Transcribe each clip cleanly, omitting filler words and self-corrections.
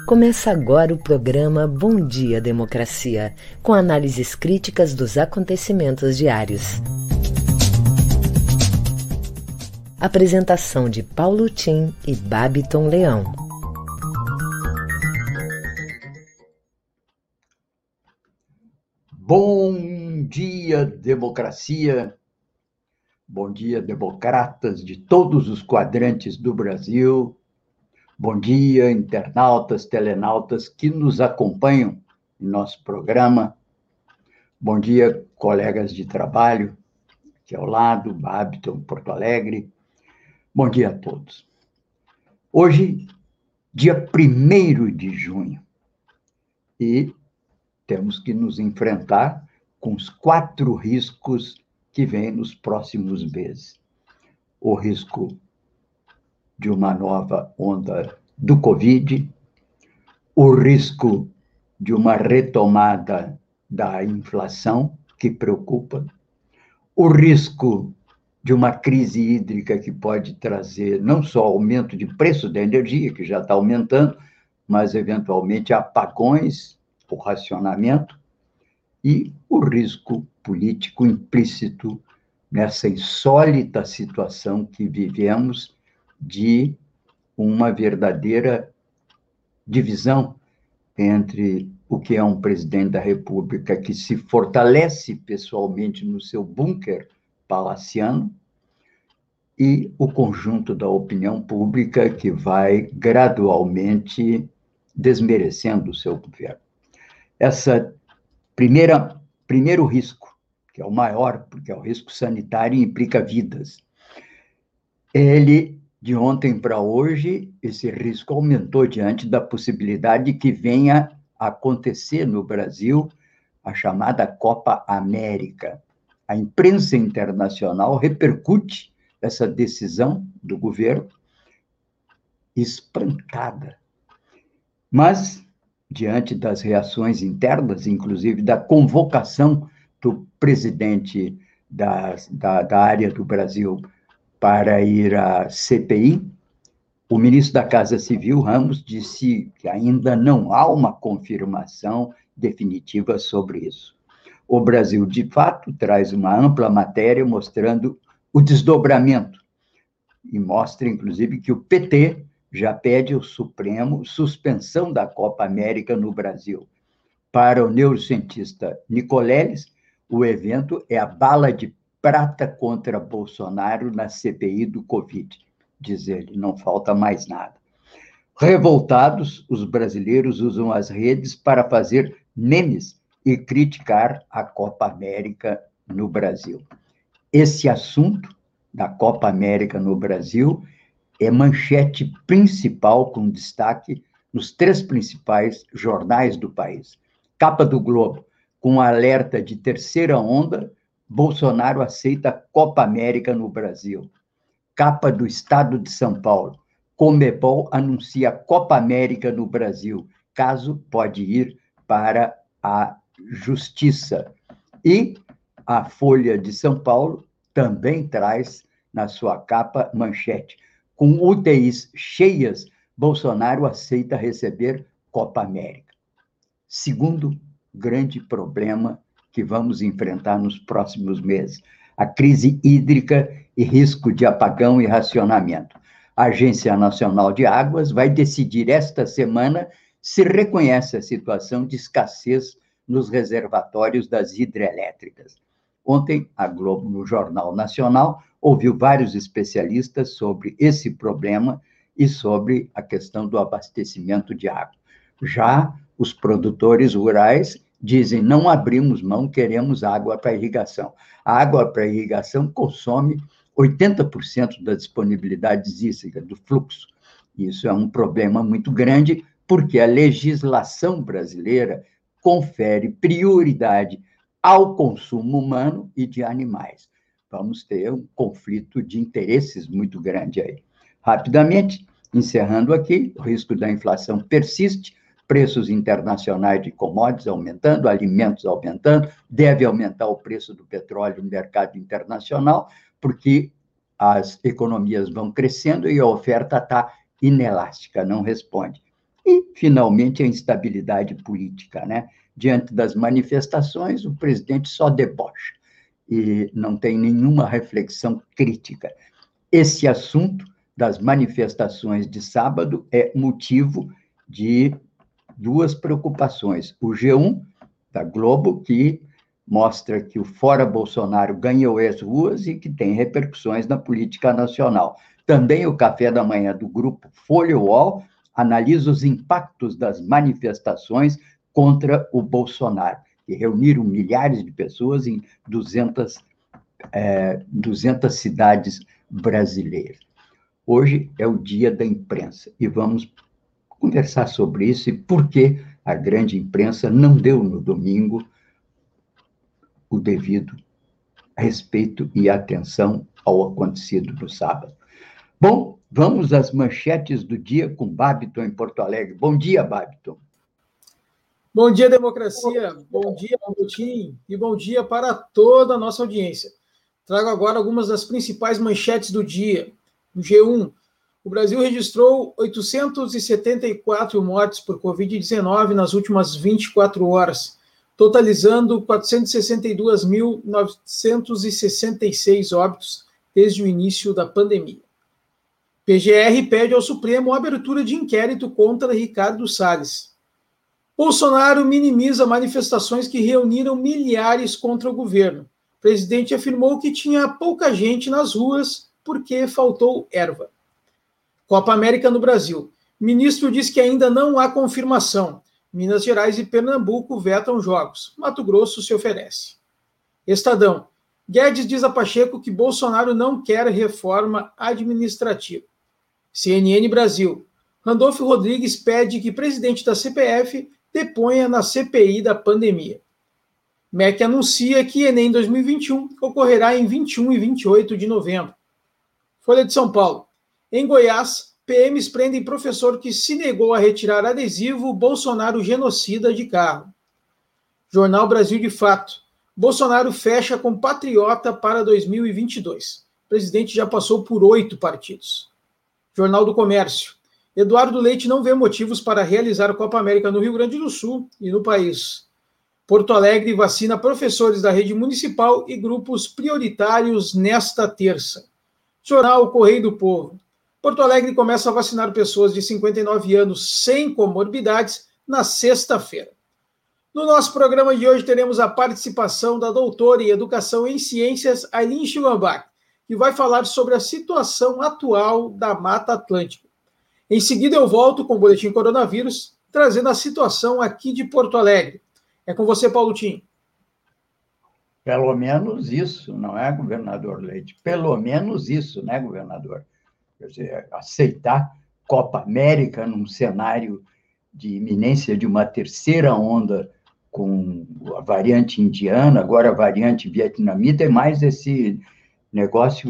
Começa agora o programa Bom Dia Democracia, com análises críticas dos acontecimentos diários. Apresentação de Paulo Tim e Babiton Leão. Bom dia, democracia. Bom dia, democratas de todos os quadrantes do Brasil. Bom dia, internautas, telenautas que nos acompanham em nosso programa. Bom dia, colegas de trabalho, aqui ao lado, Babiton, Porto Alegre. Bom dia a todos. Hoje, dia 1º de junho, e temos que nos enfrentar com os 4 riscos que vêm nos próximos meses. O risco de uma nova onda do Covid, o risco de uma retomada da inflação, que preocupa, o risco de uma crise hídrica que pode trazer não só aumento de preço da energia, que já está aumentando, mas, eventualmente, apagões, o racionamento, e o risco político implícito nessa insólita situação que vivemos de uma verdadeira divisão entre o que é um presidente da República que se fortalece pessoalmente no seu bunker palaciano e o conjunto da opinião pública que vai gradualmente desmerecendo o seu governo. Essa primeiro risco, que é o maior, porque é o risco sanitário e implica vidas. Ele, de ontem para hoje, esse risco aumentou diante da possibilidade de que venha a acontecer no Brasil a chamada Copa América. A imprensa internacional repercute essa decisão do governo espantada. Mas, diante das reações internas, inclusive da convocação do presidente da área do Brasil para ir à CPI, o ministro da Casa Civil, Ramos, disse que ainda não há uma confirmação definitiva sobre isso. O Brasil, de fato, traz uma ampla matéria mostrando o desdobramento e mostra, inclusive, que o PT já pede ao Supremo suspensão da Copa América no Brasil. Para o neurocientista Nicoleles, o evento é a bala de prata contra Bolsonaro na CPI do Covid. Diz ele, não falta mais nada. Revoltados, os brasileiros usam as redes para fazer memes e criticar a Copa América no Brasil. Esse assunto da Copa América no Brasil é manchete principal com destaque nos 3 principais jornais do país. Capa do Globo, com alerta de terceira onda, Bolsonaro aceita Copa América no Brasil. Capa do Estado de São Paulo, Conmebol anuncia Copa América no Brasil, caso pode ir para a Justiça. E a Folha de São Paulo também traz na sua capa manchete: com UTIs cheias, Bolsonaro aceita receber Copa América. Segundo grande problema que vamos enfrentar nos próximos meses: a crise hídrica e risco de apagão e racionamento. A Agência Nacional de Águas vai decidir esta semana se reconhece a situação de escassez nos reservatórios das hidrelétricas. Ontem, a Globo, no Jornal Nacional, ouviu vários especialistas sobre esse problema e sobre a questão do abastecimento de água. Já os produtores rurais dizem, não abrimos mão, queremos água para irrigação. A água para irrigação consome 80% da disponibilidade hídrica, do fluxo. Isso é um problema muito grande, porque a legislação brasileira confere prioridade ao consumo humano e de animais. Vamos ter um conflito de interesses muito grande aí. Rapidamente, encerrando aqui, o risco da inflação persiste, preços internacionais de commodities aumentando, alimentos aumentando, deve aumentar o preço do petróleo no mercado internacional, porque as economias vão crescendo e a oferta está inelástica, não responde. E finalmente, a instabilidade política, né? Diante das manifestações, o presidente só debocha e não tem nenhuma reflexão crítica. Esse assunto das manifestações de sábado é motivo de duas preocupações. O G1 da Globo, que mostra que o Fora Bolsonaro ganhou as ruas e que tem repercussões na política nacional. Também o Café da Manhã do grupo Folha UOL analisa os impactos das manifestações contra o Bolsonaro, que reuniram milhares de pessoas em 200 cidades brasileiras. Hoje é o dia da imprensa e vamos conversar sobre isso e por que a grande imprensa não deu no domingo o devido respeito e atenção ao acontecido no sábado. Bom, vamos às manchetes do dia com Babiton em Porto Alegre. Bom dia, Babiton. Bom dia, democracia. Bom dia, Paulotim. E bom dia para toda a nossa audiência. Trago agora algumas das principais manchetes do dia. No G1, o Brasil registrou 874 mortes por Covid-19 nas últimas 24 horas, totalizando 462.966 óbitos desde o início da pandemia. PGR pede ao Supremo a abertura de inquérito contra Ricardo Salles. Bolsonaro minimiza manifestações que reuniram milhares contra o governo. O presidente afirmou que tinha pouca gente nas ruas porque faltou erva. Copa América no Brasil. Ministro diz que ainda não há confirmação. Minas Gerais e Pernambuco vetam jogos. Mato Grosso se oferece. Estadão. Guedes diz a Pacheco que Bolsonaro não quer reforma administrativa. CNN Brasil. Randolfo Rodrigues pede que presidente da CPF deponha na CPI da pandemia. MEC anuncia que Enem 2021 ocorrerá em 21 e 28 de novembro. Folha de São Paulo. Em Goiás, PMs prendem professor que se negou a retirar adesivo Bolsonaro genocida de carro. Jornal Brasil de Fato. Bolsonaro fecha com Patriota para 2022. O presidente já passou por 8 partidos. Jornal do Comércio. Eduardo Leite não vê motivos para realizar a Copa América no Rio Grande do Sul e no país. Porto Alegre vacina professores da rede municipal e grupos prioritários nesta terça. Jornal Correio do Povo. Porto Alegre começa a vacinar pessoas de 59 anos sem comorbidades na sexta-feira. No nosso programa de hoje teremos a participação da doutora em Educação em Ciências, Ailin Schullenbach, que vai falar sobre a situação atual da Mata Atlântica. Em seguida eu volto com o Boletim Coronavírus, trazendo a situação aqui de Porto Alegre. É com você, Paulo Tim. Pelo menos isso, não é, governador Leite? Pelo menos isso, né, governador? Quer dizer, aceitar Copa América num cenário de iminência de uma terceira onda com a variante indiana, agora a variante vietnamita, é mais esse negócio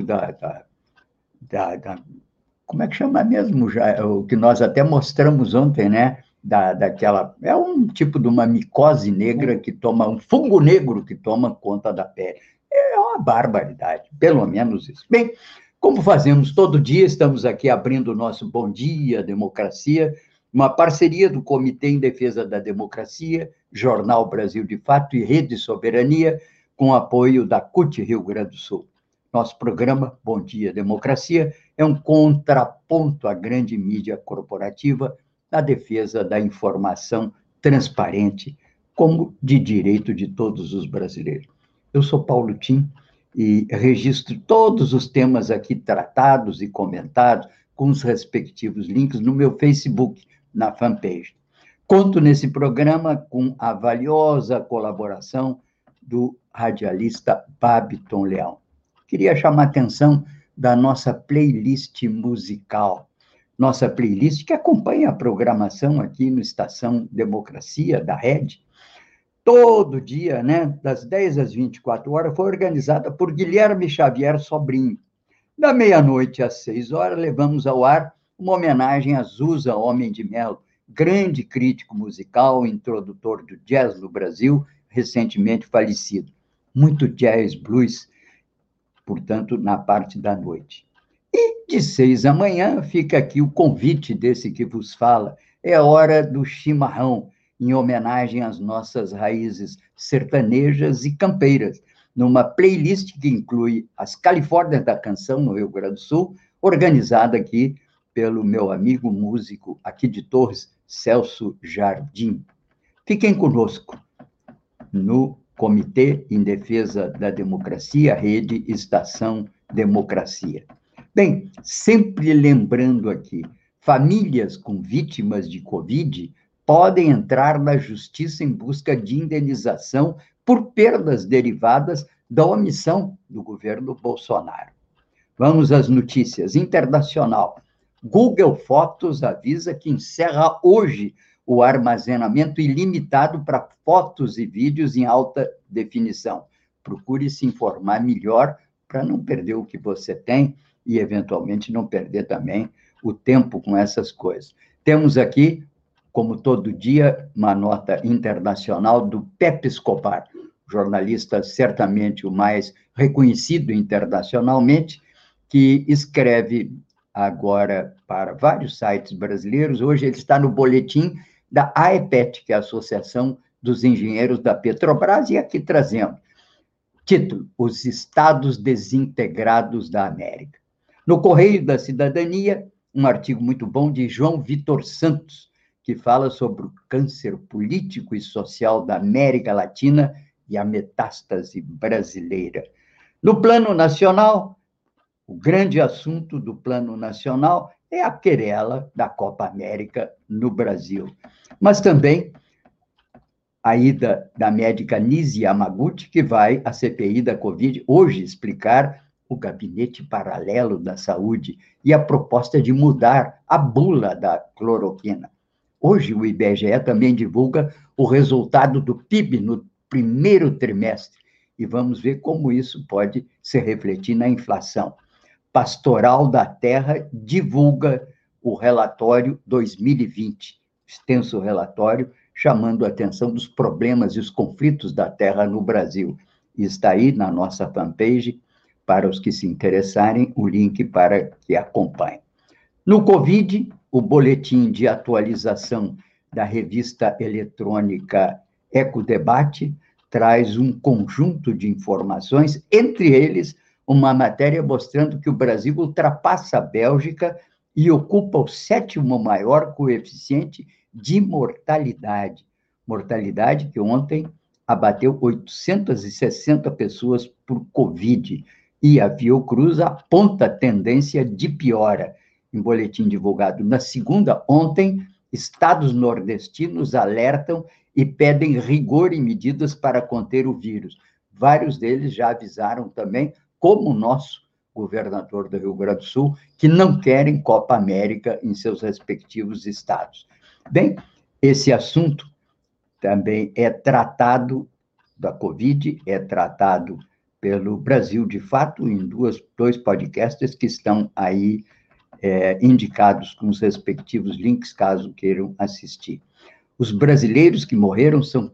como é que chama mesmo? Já, o que nós até mostramos ontem, né? Daquela. É um tipo de uma micose negra que toma, um fungo negro que toma conta da pele. É uma barbaridade, pelo menos isso. Bem, como fazemos todo dia, estamos aqui abrindo o nosso Bom Dia Democracia, uma parceria do Comitê em Defesa da Democracia, Jornal Brasil de Fato e Rede Soberania, com apoio da CUT Rio Grande do Sul. Nosso programa, Bom Dia Democracia, é um contraponto à grande mídia corporativa na defesa da informação transparente, como de direito de todos os brasileiros. Eu sou Paulo Tim e registro todos os temas aqui tratados e comentados com os respectivos links no meu Facebook, na fanpage. Conto nesse programa com a valiosa colaboração do radialista Babiton Leão. Queria chamar a atenção da nossa playlist musical. Nossa playlist que acompanha a programação aqui no Estação Democracia, da Rede. Todo dia, né, das 10 às 24 horas, foi organizada por Guilherme Xavier Sobrinho. Da meia-noite às 6 horas, levamos ao ar uma homenagem a Zusa Homem de Melo, grande crítico musical, introdutor do jazz no Brasil, recentemente falecido. Muito jazz, blues, portanto, na parte da noite. E de 6 da manhã fica aqui o convite desse que vos fala, é hora do chimarrão, em homenagem às nossas raízes sertanejas e campeiras, numa playlist que inclui as Califórnias da Canção, no Rio Grande do Sul, organizada aqui pelo meu amigo músico aqui de Torres, Celso Jardim. Fiquem conosco no Comitê em Defesa da Democracia, Rede Estação Democracia. Bem, sempre lembrando aqui, famílias com vítimas de Covid podem entrar na justiça em busca de indenização por perdas derivadas da omissão do governo Bolsonaro. Vamos às notícias. Internacional. Google Fotos avisa que encerra hoje o armazenamento ilimitado para fotos e vídeos em alta definição. Procure se informar melhor para não perder o que você tem e, eventualmente, não perder também o tempo com essas coisas. Temos aqui, como todo dia, uma nota internacional do Pepe Escobar, jornalista certamente o mais reconhecido internacionalmente, que escreve agora para vários sites brasileiros. Hoje ele está no boletim da AEPET, que é a Associação dos Engenheiros da Petrobras, e aqui trazemos título: Os Estados Desintegrados da América. No Correio da Cidadania, um artigo muito bom de João Vitor Santos, que fala sobre o câncer político e social da América Latina e a metástase brasileira. No plano nacional, o grande assunto do plano nacional é a querela da Copa América no Brasil. Mas também a ida da médica Nise Yamaguchi, que vai à CPI da Covid hoje explicar o gabinete paralelo da saúde e a proposta de mudar a bula da cloroquina. Hoje o IBGE também divulga o resultado do PIB no primeiro trimestre e vamos ver como isso pode se refletir na inflação. Pastoral da Terra divulga o relatório 2020, extenso relatório, chamando a atenção dos problemas e os conflitos da terra no Brasil. E está aí na nossa fanpage, para os que se interessarem, o link para que acompanhem. No Covid, o boletim de atualização da revista eletrônica Ecodebate traz um conjunto de informações, entre eles uma matéria mostrando que o Brasil ultrapassa a Bélgica e ocupa o 7º maior coeficiente de mortalidade. Mortalidade que ontem abateu 860 pessoas por Covid. E a Fiocruz aponta tendência de piora. Em boletim divulgado na segunda, ontem, estados nordestinos alertam e pedem rigor em medidas para conter o vírus. Vários deles já avisaram também, como o nosso governador do Rio Grande do Sul, que não querem Copa América em seus respectivos estados. Bem, esse assunto também é tratado, da Covid, é tratado pelo Brasil de Fato, em dois podcasts que estão aí indicados com os respectivos links, caso queiram assistir. Os brasileiros que morreram são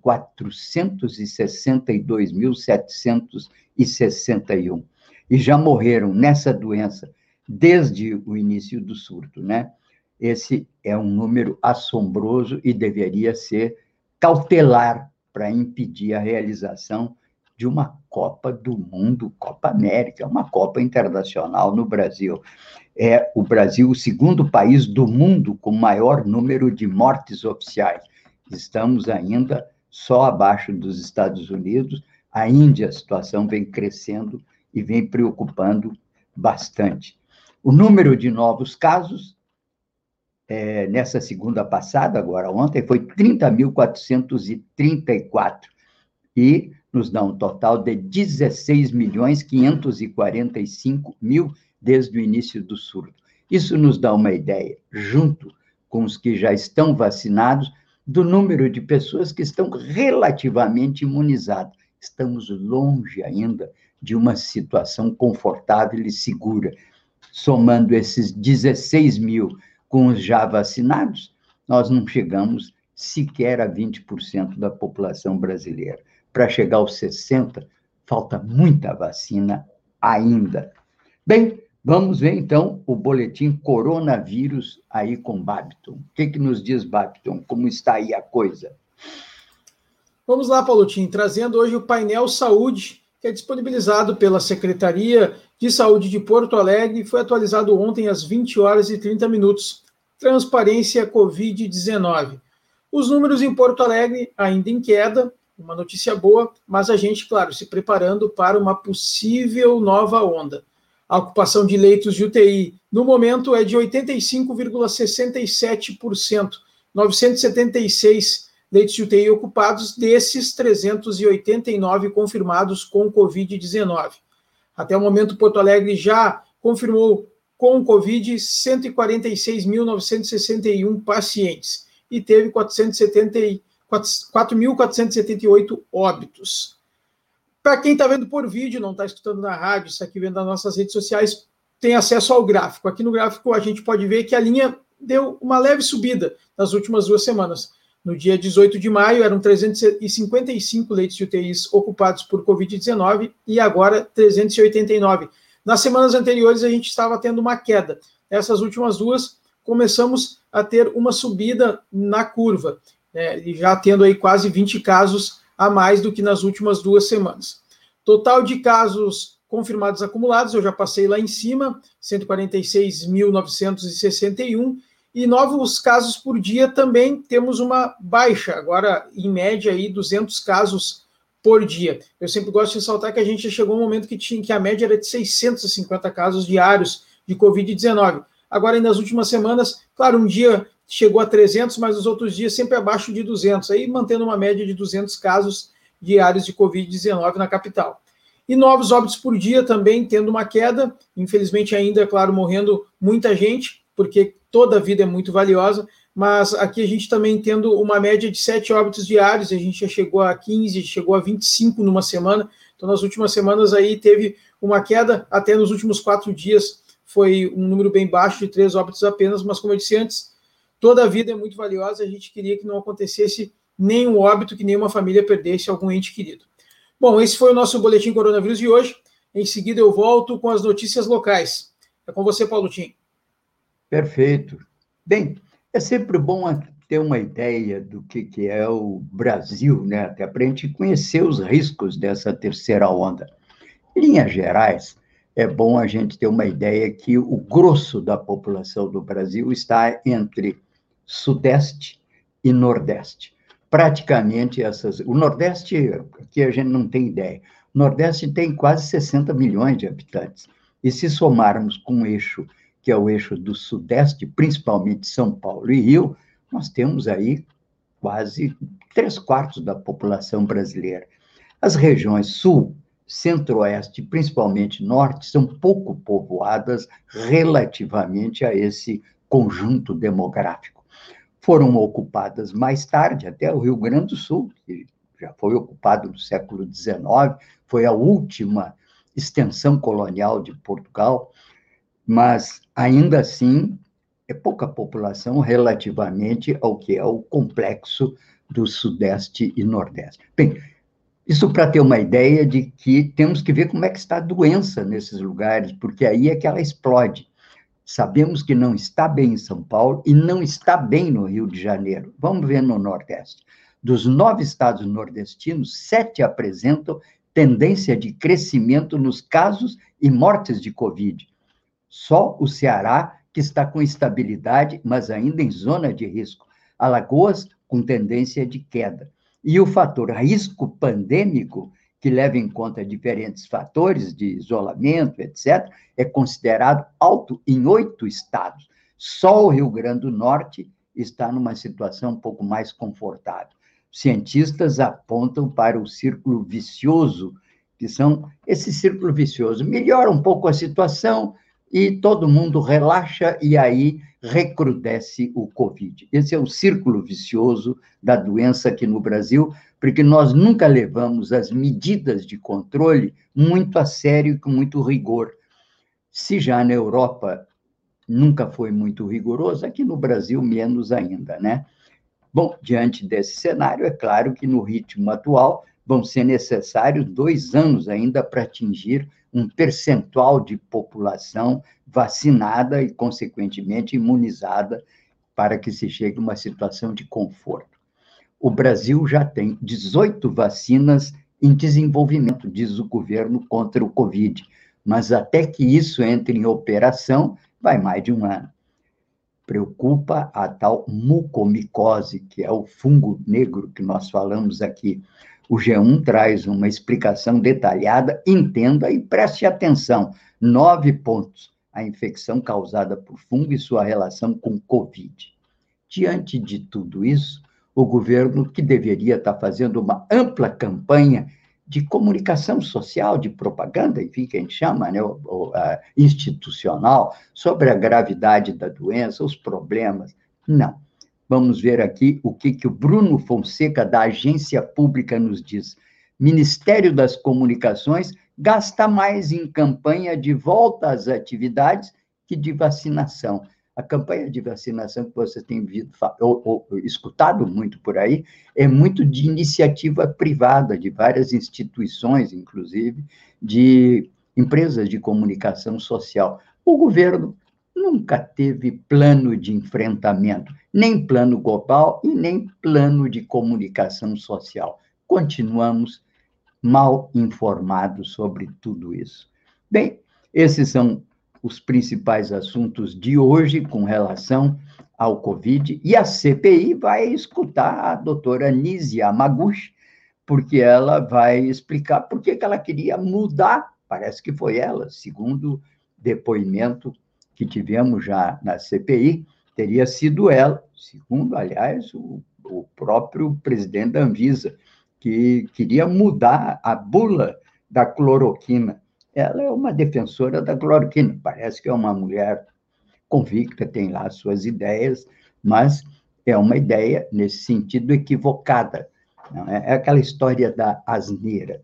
462.761. E já morreram nessa doença desde o início do surto, né? Esse é um número assombroso e deveria ser cautelar para impedir a realização de uma Copa do Mundo, Copa América, uma Copa internacional no Brasil. É o Brasil o segundo país do mundo com maior número de mortes oficiais. Estamos ainda só abaixo dos Estados Unidos. A Índia, a situação vem crescendo e vem preocupando bastante. O número de novos casos, nessa segunda passada, agora ontem, foi 30.434, e nos dá um total de 16.545.000 desde o início do surto. Isso nos dá uma ideia, junto com os que já estão vacinados, do número de pessoas que estão relativamente imunizadas. Estamos longe ainda de uma situação confortável e segura. Somando esses 16 mil com os já vacinados, nós não chegamos sequer a 20% da população brasileira. Para chegar aos 60%, falta muita vacina ainda. Bem, Vamos ver, então, o boletim coronavírus aí com Babiton. O que nos diz Babiton? Como está aí a coisa? Vamos lá, Paulotinho, trazendo hoje o painel Saúde, que é disponibilizado pela Secretaria de Saúde de Porto Alegre e foi atualizado ontem às 20 horas e 30 minutos. Transparência Covid-19. Os números em Porto Alegre ainda em queda, uma notícia boa, mas a gente, claro, se preparando para uma possível nova onda. A ocupação de leitos de UTI, no momento, é de 85,67%, 976 leitos de UTI ocupados, desses 389 confirmados com Covid-19. Até o momento, Porto Alegre já confirmou com Covid 146.961 pacientes e teve 4.478 óbitos. Para quem está vendo por vídeo, não está escutando na rádio, está aqui vendo nas nossas redes sociais, tem acesso ao gráfico. Aqui no gráfico a gente pode ver que a linha deu uma leve subida nas últimas 2 semanas. No dia 18 de maio, eram 355 leitos de UTIs ocupados por Covid-19 e agora 389. Nas semanas anteriores, a gente estava tendo uma queda. Essas últimas 2, começamos a ter uma subida na curva, e já tendo aí quase 20 casos a mais do que nas últimas 2 semanas. Total de casos confirmados acumulados, eu já passei lá em cima, 146.961, e novos casos por dia também temos uma baixa, agora em média aí 200 casos por dia. Eu sempre gosto de ressaltar que a gente já chegou a um momento que a média era de 650 casos diários de Covid-19. Agora, nas últimas semanas, claro, um dia chegou a 300, mas os outros dias sempre abaixo de 200, aí mantendo uma média de 200 casos diários de Covid-19 na capital. E novos óbitos por dia também tendo uma queda, infelizmente ainda, claro, morrendo muita gente, porque toda a vida é muito valiosa, mas aqui a gente também tendo uma média de 7 óbitos diários, a gente já chegou a 15, chegou a 25 numa semana, então nas últimas semanas aí teve uma queda, até nos últimos 4 dias foi um número bem baixo de 3 óbitos apenas, mas como eu disse antes, toda a vida é muito valiosa, a gente queria que não acontecesse nenhum óbito, que nenhuma família perdesse algum ente querido. Bom, esse foi o nosso Boletim Coronavírus de hoje, em seguida eu volto com as notícias locais. É com você, Paulotinho. Perfeito. Bem, é sempre bom ter uma ideia do que é o Brasil, né? Até para a gente conhecer os riscos dessa terceira onda. Em linhas gerais, é bom a gente ter uma ideia que o grosso da população do Brasil está entre Sudeste e Nordeste. Praticamente o Nordeste, aqui a gente não tem ideia, o Nordeste tem quase 60 milhões de habitantes. E se somarmos com o eixo, que é o eixo do Sudeste, principalmente São Paulo e Rio, nós temos aí quase 3/4 da população brasileira. As regiões Sul, Centro-Oeste, principalmente Norte, são pouco povoadas relativamente a esse conjunto demográfico. Foram ocupadas mais tarde, até o Rio Grande do Sul, que já foi ocupado no século XIX, foi a última extensão colonial de Portugal, mas, ainda assim, é pouca população relativamente ao que é o complexo do Sudeste e Nordeste. Bem, isso para ter uma ideia de que temos que ver como é que está a doença nesses lugares, porque aí é que ela explode. Sabemos que não está bem em São Paulo e não está bem no Rio de Janeiro. Vamos ver no Nordeste. Dos 9 estados nordestinos, 7 apresentam tendência de crescimento nos casos e mortes de Covid. Só o Ceará, que está com estabilidade, mas ainda em zona de risco. Alagoas, com tendência de queda. E o fator risco pandêmico, que leva em conta diferentes fatores de isolamento, etc., é considerado alto em 8 estados. Só o Rio Grande do Norte está numa situação um pouco mais confortável. Cientistas apontam para o círculo vicioso, que são esse círculo vicioso. Melhora um pouco a situação, e todo mundo relaxa e aí recrudesce o Covid. Esse é o círculo vicioso da doença aqui no Brasil, porque nós nunca levamos as medidas de controle muito a sério e com muito rigor. Se já na Europa nunca foi muito rigoroso, aqui no Brasil menos ainda, né? Bom, diante desse cenário, é claro que no ritmo atual vão ser necessários 2 anos ainda para atingir um percentual de população vacinada e, consequentemente, imunizada para que se chegue a uma situação de conforto. O Brasil já tem 18 vacinas em desenvolvimento, diz o governo, contra o Covid, mas até que isso entre em operação, vai mais de um ano. Preocupa a tal mucormicose, que é o fungo negro que nós falamos aqui. O G1 traz uma explicação detalhada, entenda e preste atenção. 9 pontos. A infecção causada por fungo e sua relação com Covid. Diante de tudo isso, o governo, que deveria estar fazendo uma ampla campanha de comunicação social, de propaganda, enfim, que a gente chama, né, institucional, sobre a gravidade da doença, os problemas. Não. Vamos ver aqui o que o Bruno Fonseca, da Agência Pública, nos diz. Ministério das Comunicações gasta mais em campanha de volta às atividades que de vacinação. A campanha de vacinação que vocês têm escutado muito por aí é muito de iniciativa privada, de várias instituições, inclusive, de empresas de comunicação social. O governo nunca teve plano de enfrentamento, nem plano global e nem plano de comunicação social. Continuamos mal informados sobre tudo isso. Bem, esses são os principais assuntos de hoje com relação ao Covid, e a CPI vai escutar a doutora Nise Yamaguchi, porque ela vai explicar por que ela queria mudar, parece que foi ela, segundo depoimento que tivemos já na CPI, teria sido ela, segundo, aliás, o próprio presidente da Anvisa, que queria mudar a bula da cloroquina. Ela é uma defensora da cloroquina, parece que é uma mulher convicta, tem lá suas ideias, mas é uma ideia, nesse sentido, equivocada. Não é? É aquela história da asneira,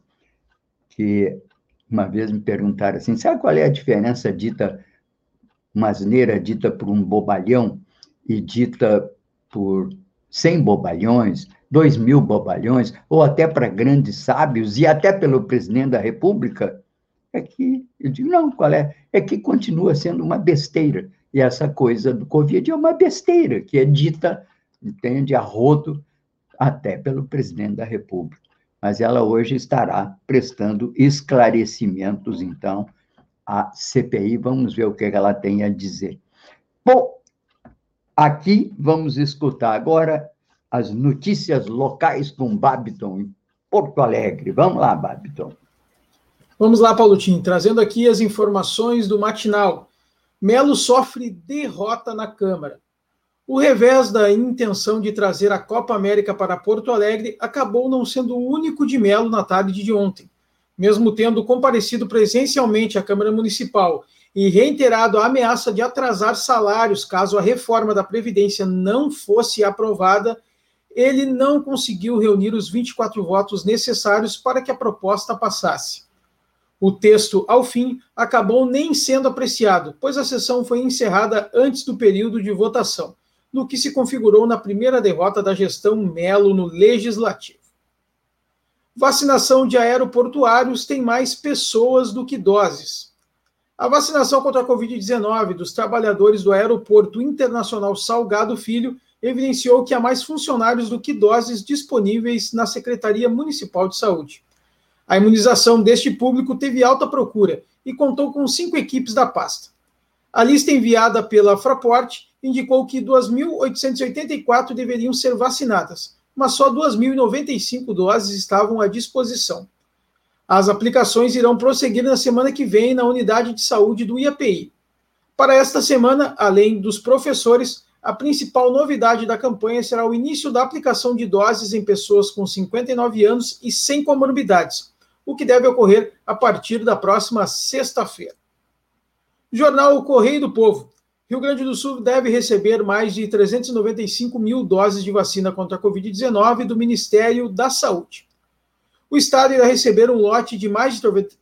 que uma vez me perguntaram assim, sabe qual é a diferença uma asneira dita por um bobalhão e dita por 100 bobalhões, 2.000 bobalhões, ou até para grandes sábios, e até pelo presidente da República? É que, eu digo, não, qual é? É que continua sendo uma besteira. E essa coisa do Covid é uma besteira, que é dita, entende, a rodo, até pelo presidente da República. Mas ela hoje estará prestando esclarecimentos, então, à CPI. Vamos ver o que ela tem a dizer. Bom, aqui vamos escutar agora as notícias locais com Babiton, em Porto Alegre. Vamos lá, Babiton. Vamos lá, Paulotinho, trazendo aqui as informações do matinal. Melo sofre derrota na Câmara. O revés da intenção de trazer a Copa América para Porto Alegre acabou não sendo o único de Melo na tarde de ontem. Mesmo tendo comparecido presencialmente à Câmara Municipal e reiterado a ameaça de atrasar salários caso a reforma da Previdência não fosse aprovada, ele não conseguiu reunir os 24 votos necessários para que a proposta passasse. O texto, ao fim, acabou nem sendo apreciado, pois a sessão foi encerrada antes do período de votação, no que se configurou na primeira derrota da gestão Melo no Legislativo. Vacinação de aeroportuários tem mais pessoas do que doses. A vacinação contra a Covid-19 dos trabalhadores do Aeroporto Internacional Salgado Filho evidenciou que há mais funcionários do que doses disponíveis na Secretaria Municipal de Saúde. A imunização deste público teve alta procura e contou com 5 equipes da pasta. A lista enviada pela Fraport indicou que 2.884 deveriam ser vacinadas, mas só 2.095 doses estavam à disposição. As aplicações irão prosseguir na semana que vem na unidade de saúde do IAPI. Para esta semana, além dos professores, a principal novidade da campanha será o início da aplicação de doses em pessoas com 59 anos e sem comorbidades, o que deve ocorrer a partir da próxima sexta-feira. Jornal Correio do Povo. Rio Grande do Sul deve receber mais de 395 mil doses de vacina contra a Covid-19 do Ministério da Saúde. O Estado irá receber um lote de mais de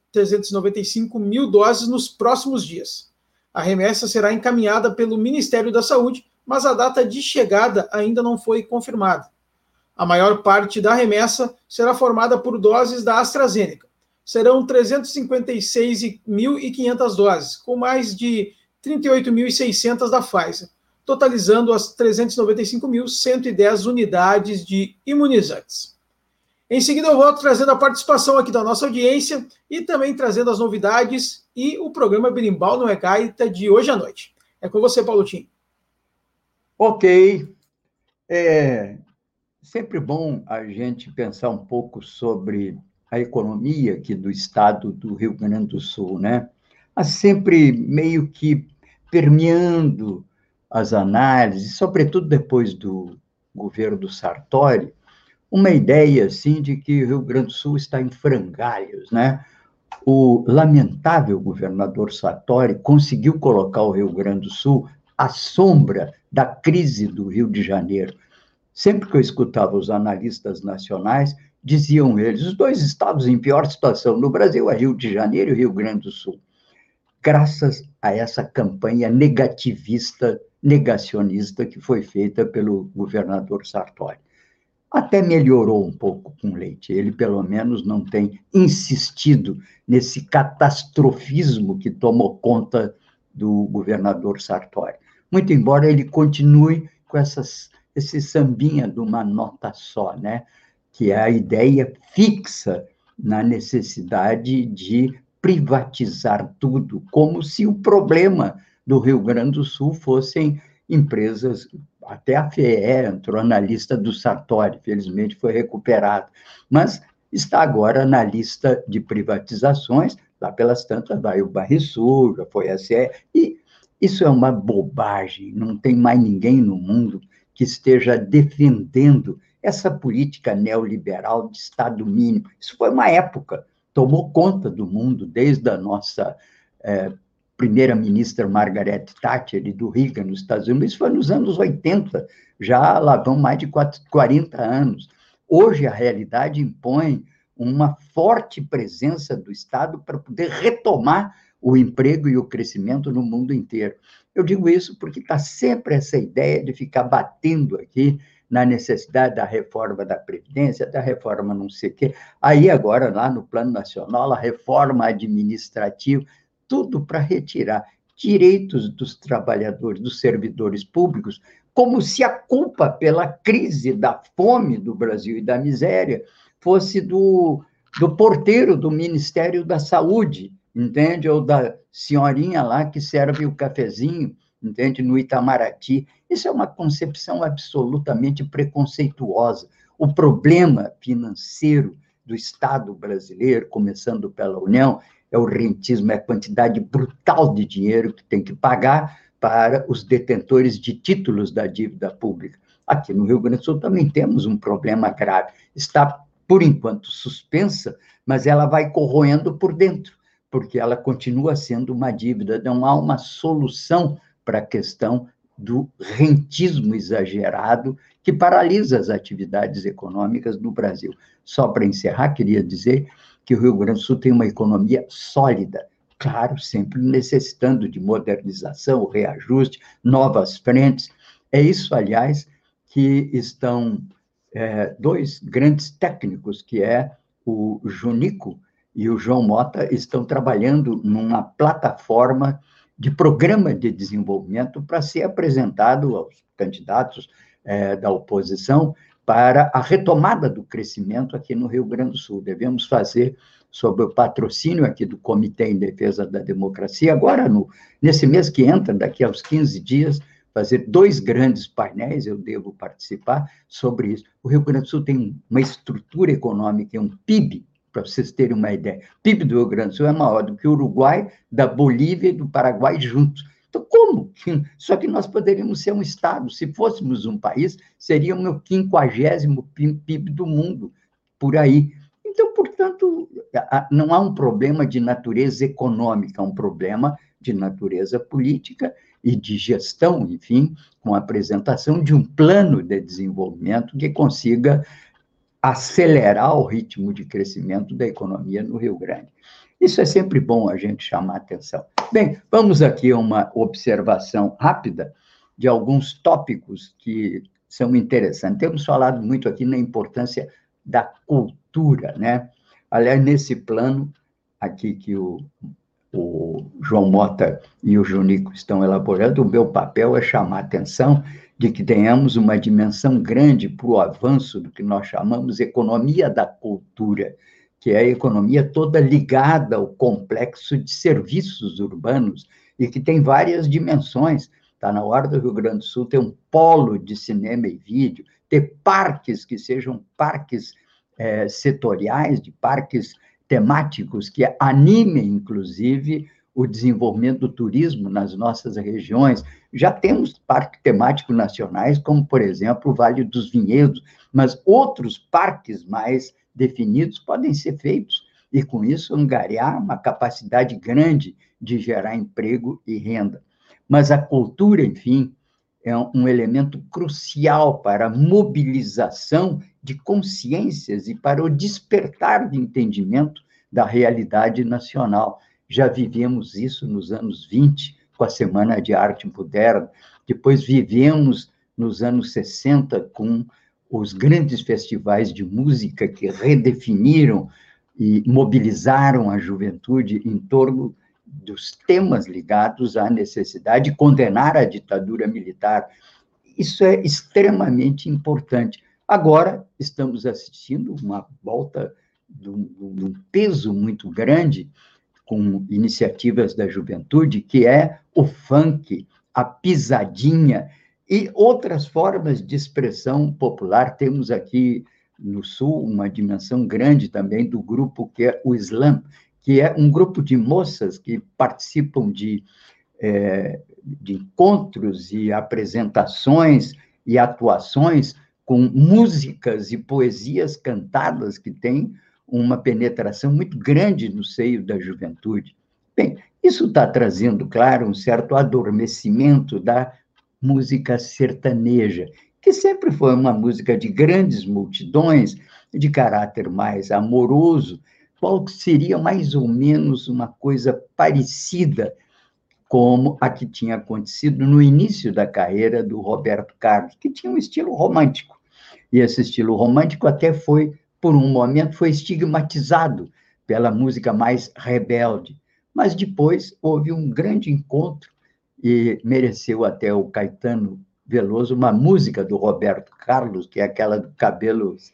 395 mil doses nos próximos dias. A remessa será encaminhada pelo Ministério da Saúde, mas a data de chegada ainda não foi confirmada. A maior parte da remessa será formada por doses da AstraZeneca, serão 356.500 doses, com mais de 38.600 da Pfizer, totalizando as 395.110 unidades de imunizantes. Em seguida, eu volto trazendo a participação aqui da nossa audiência e também trazendo as novidades e o programa Berimbau Não é Gaita de hoje à noite. É com você, Paulo Tim. Ok. É sempre bom a gente pensar um pouco sobre a economia aqui do estado do Rio Grande do Sul, né? Há sempre meio que permeando as análises, sobretudo depois do governo do Sartori, uma ideia, assim, de que o Rio Grande do Sul está em frangalhos, né? O lamentável governador Sartori conseguiu colocar o Rio Grande do Sul à sombra da crise do Rio de Janeiro. Sempre que eu escutava os analistas nacionais, diziam eles, os dois estados em pior situação no Brasil é Rio de Janeiro e Rio Grande do Sul. Graças a essa campanha negativista, negacionista que foi feita pelo governador Sartori. Até melhorou um pouco com Leite. Ele, pelo menos, não tem insistido nesse catastrofismo que tomou conta do governador Sartori. Muito embora ele continue com esse sambinha de uma nota só, né? Que é a ideia fixa na necessidade de privatizar tudo, como se o problema do Rio Grande do Sul fossem empresas. Até a FEE entrou na lista do Sartori, felizmente foi recuperado, mas está agora na lista de privatizações, lá pelas tantas vai o Banrisul, já foi a CE, e isso é uma bobagem, não tem mais ninguém no mundo que esteja defendendo essa política neoliberal de Estado mínimo. Isso foi uma época, tomou conta do mundo, desde a nossa primeira-ministra Margaret Thatcher e do Reagan nos Estados Unidos, isso foi nos anos 80, já lá vão mais de 40 anos. Hoje, a realidade impõe uma forte presença do Estado para poder retomar o emprego e o crescimento no mundo inteiro. Eu digo isso porque está sempre essa ideia de ficar batendo aqui na necessidade da reforma da Previdência, da reforma não sei o quê. Aí, agora, lá no Plano Nacional, a reforma administrativa, tudo para retirar direitos dos trabalhadores, dos servidores públicos, como se a culpa pela crise da fome do Brasil e da miséria fosse do porteiro do Ministério da Saúde, entende? Ou da senhorinha lá que serve o cafezinho, entende? No Itamaraty. Isso é uma concepção absolutamente preconceituosa. O problema financeiro do Estado brasileiro, começando pela União, é o rentismo, é a quantidade brutal de dinheiro que tem que pagar para os detentores de títulos da dívida pública. Aqui no Rio Grande do Sul também temos um problema grave. Está, por enquanto, suspensa, mas ela vai corroendo por dentro, porque ela continua sendo uma dívida. Não há uma solução para a questão do rentismo exagerado que paralisa as atividades econômicas do Brasil. Só para encerrar, queria dizer que o Rio Grande do Sul tem uma economia sólida, claro, sempre necessitando de modernização, reajuste, novas frentes. É isso, aliás, que estão dois grandes técnicos, que é o Junico e o João Mota, estão trabalhando numa plataforma de programa de desenvolvimento para ser apresentado aos candidatos da oposição para a retomada do crescimento aqui no Rio Grande do Sul. Devemos fazer, sob o patrocínio aqui do Comitê em Defesa da Democracia, agora, nesse mês que entra, daqui aos 15 dias, fazer 2 grandes painéis, eu devo participar, sobre isso. O Rio Grande do Sul tem uma estrutura econômica, um PIB, para vocês terem uma ideia. O PIB do Rio Grande do Sul é maior do que o Uruguai, da Bolívia e do Paraguai juntos. Então, como? Só que nós poderíamos ser um Estado. Se fôssemos um país, seria o meu 50º PIB do mundo, por aí. Então, portanto, não há um problema de natureza econômica, há um problema de natureza política e de gestão, enfim, com a apresentação de um plano de desenvolvimento que consiga acelerar o ritmo de crescimento da economia no Rio Grande. Isso é sempre bom a gente chamar a atenção. Bem, vamos aqui a uma observação rápida de alguns tópicos que são interessantes. Temos falado muito aqui na importância da cultura, né? Aliás, nesse plano, aqui que o João Mota e o Junico estão elaborando, o meu papel é chamar a atenção de que tenhamos uma dimensão grande para o avanço do que nós chamamos economia da cultura, que é a economia toda ligada ao complexo de serviços urbanos e que tem várias dimensões. Está na hora do Rio Grande do Sul ter um polo de cinema e vídeo, ter parques que sejam parques setoriais, de parques temáticos que animem, inclusive, o desenvolvimento do turismo nas nossas regiões. Já temos parques temáticos nacionais, como, por exemplo, o Vale dos Vinhedos, mas outros parques mais definidos podem ser feitos e, com isso, angariar uma capacidade grande de gerar emprego e renda. Mas a cultura, enfim, é um elemento crucial para a mobilização de consciências e para o despertar de entendimento da realidade nacional. Já vivemos isso nos anos 20, com a Semana de Arte Moderna, depois vivemos nos anos 60 com os grandes festivais de música que redefiniram e mobilizaram a juventude em torno dos temas ligados à necessidade de condenar a ditadura militar. Isso é extremamente importante. Agora, estamos assistindo uma volta de um peso muito grande com iniciativas da juventude, que é o funk, a pisadinha e outras formas de expressão popular. Temos aqui no Sul uma dimensão grande também do grupo que é o Slam, que é um grupo de moças que participam de encontros e apresentações e atuações com músicas e poesias cantadas que têm uma penetração muito grande no seio da juventude. Bem, isso está trazendo, claro, um certo adormecimento da música sertaneja, que sempre foi uma música de grandes multidões, de caráter mais amoroso, qual seria mais ou menos uma coisa parecida como a que tinha acontecido no início da carreira do Roberto Carlos, que tinha um estilo romântico. E esse estilo romântico até foi, por um momento, foi estigmatizado pela música mais rebelde. Mas depois houve um grande encontro e mereceu até o Caetano Veloso uma música do Roberto Carlos, que é aquela do cabelos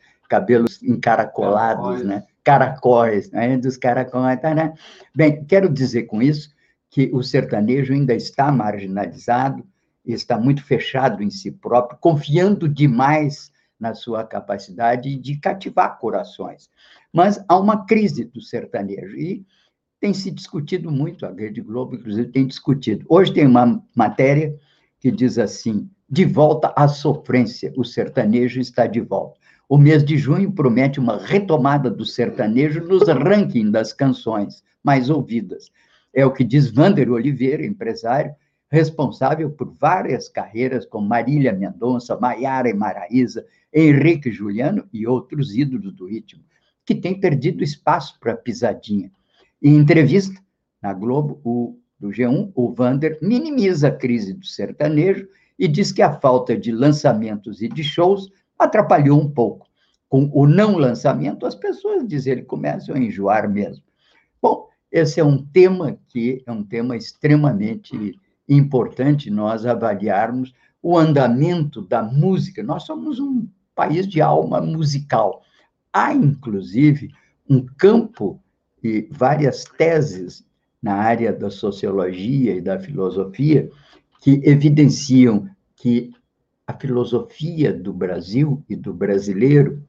encaracolados, né? Caracóis, né? Dos caracóis. Tá, né? Bem, quero dizer com isso que o sertanejo ainda está marginalizado, está muito fechado em si próprio, confiando demais na sua capacidade de cativar corações. Mas há uma crise do sertanejo e tem se discutido muito, a Rede Globo, inclusive, tem discutido. Hoje tem uma matéria que diz assim: de volta à sofrência, o sertanejo está de volta. O mês de junho promete uma retomada do sertanejo nos rankings das canções mais ouvidas. É o que diz Wander Oliveira, empresário, responsável por várias carreiras como Marília Mendonça, Maiara e Maraísa, Henrique Juliano e outros ídolos do ritmo, que têm perdido espaço para a pisadinha. Em entrevista na Globo, do G1, o Wander minimiza a crise do sertanejo e diz que a falta de lançamentos e de shows atrapalhou um pouco. Com o não lançamento, as pessoas, diz ele, começam a enjoar mesmo. Bom, esse é um tema que é um tema extremamente importante nós avaliarmos o andamento da música. Nós somos um país de alma musical. Há, inclusive, um campo e várias teses na área da sociologia e da filosofia que evidenciam que a filosofia do Brasil e do brasileiro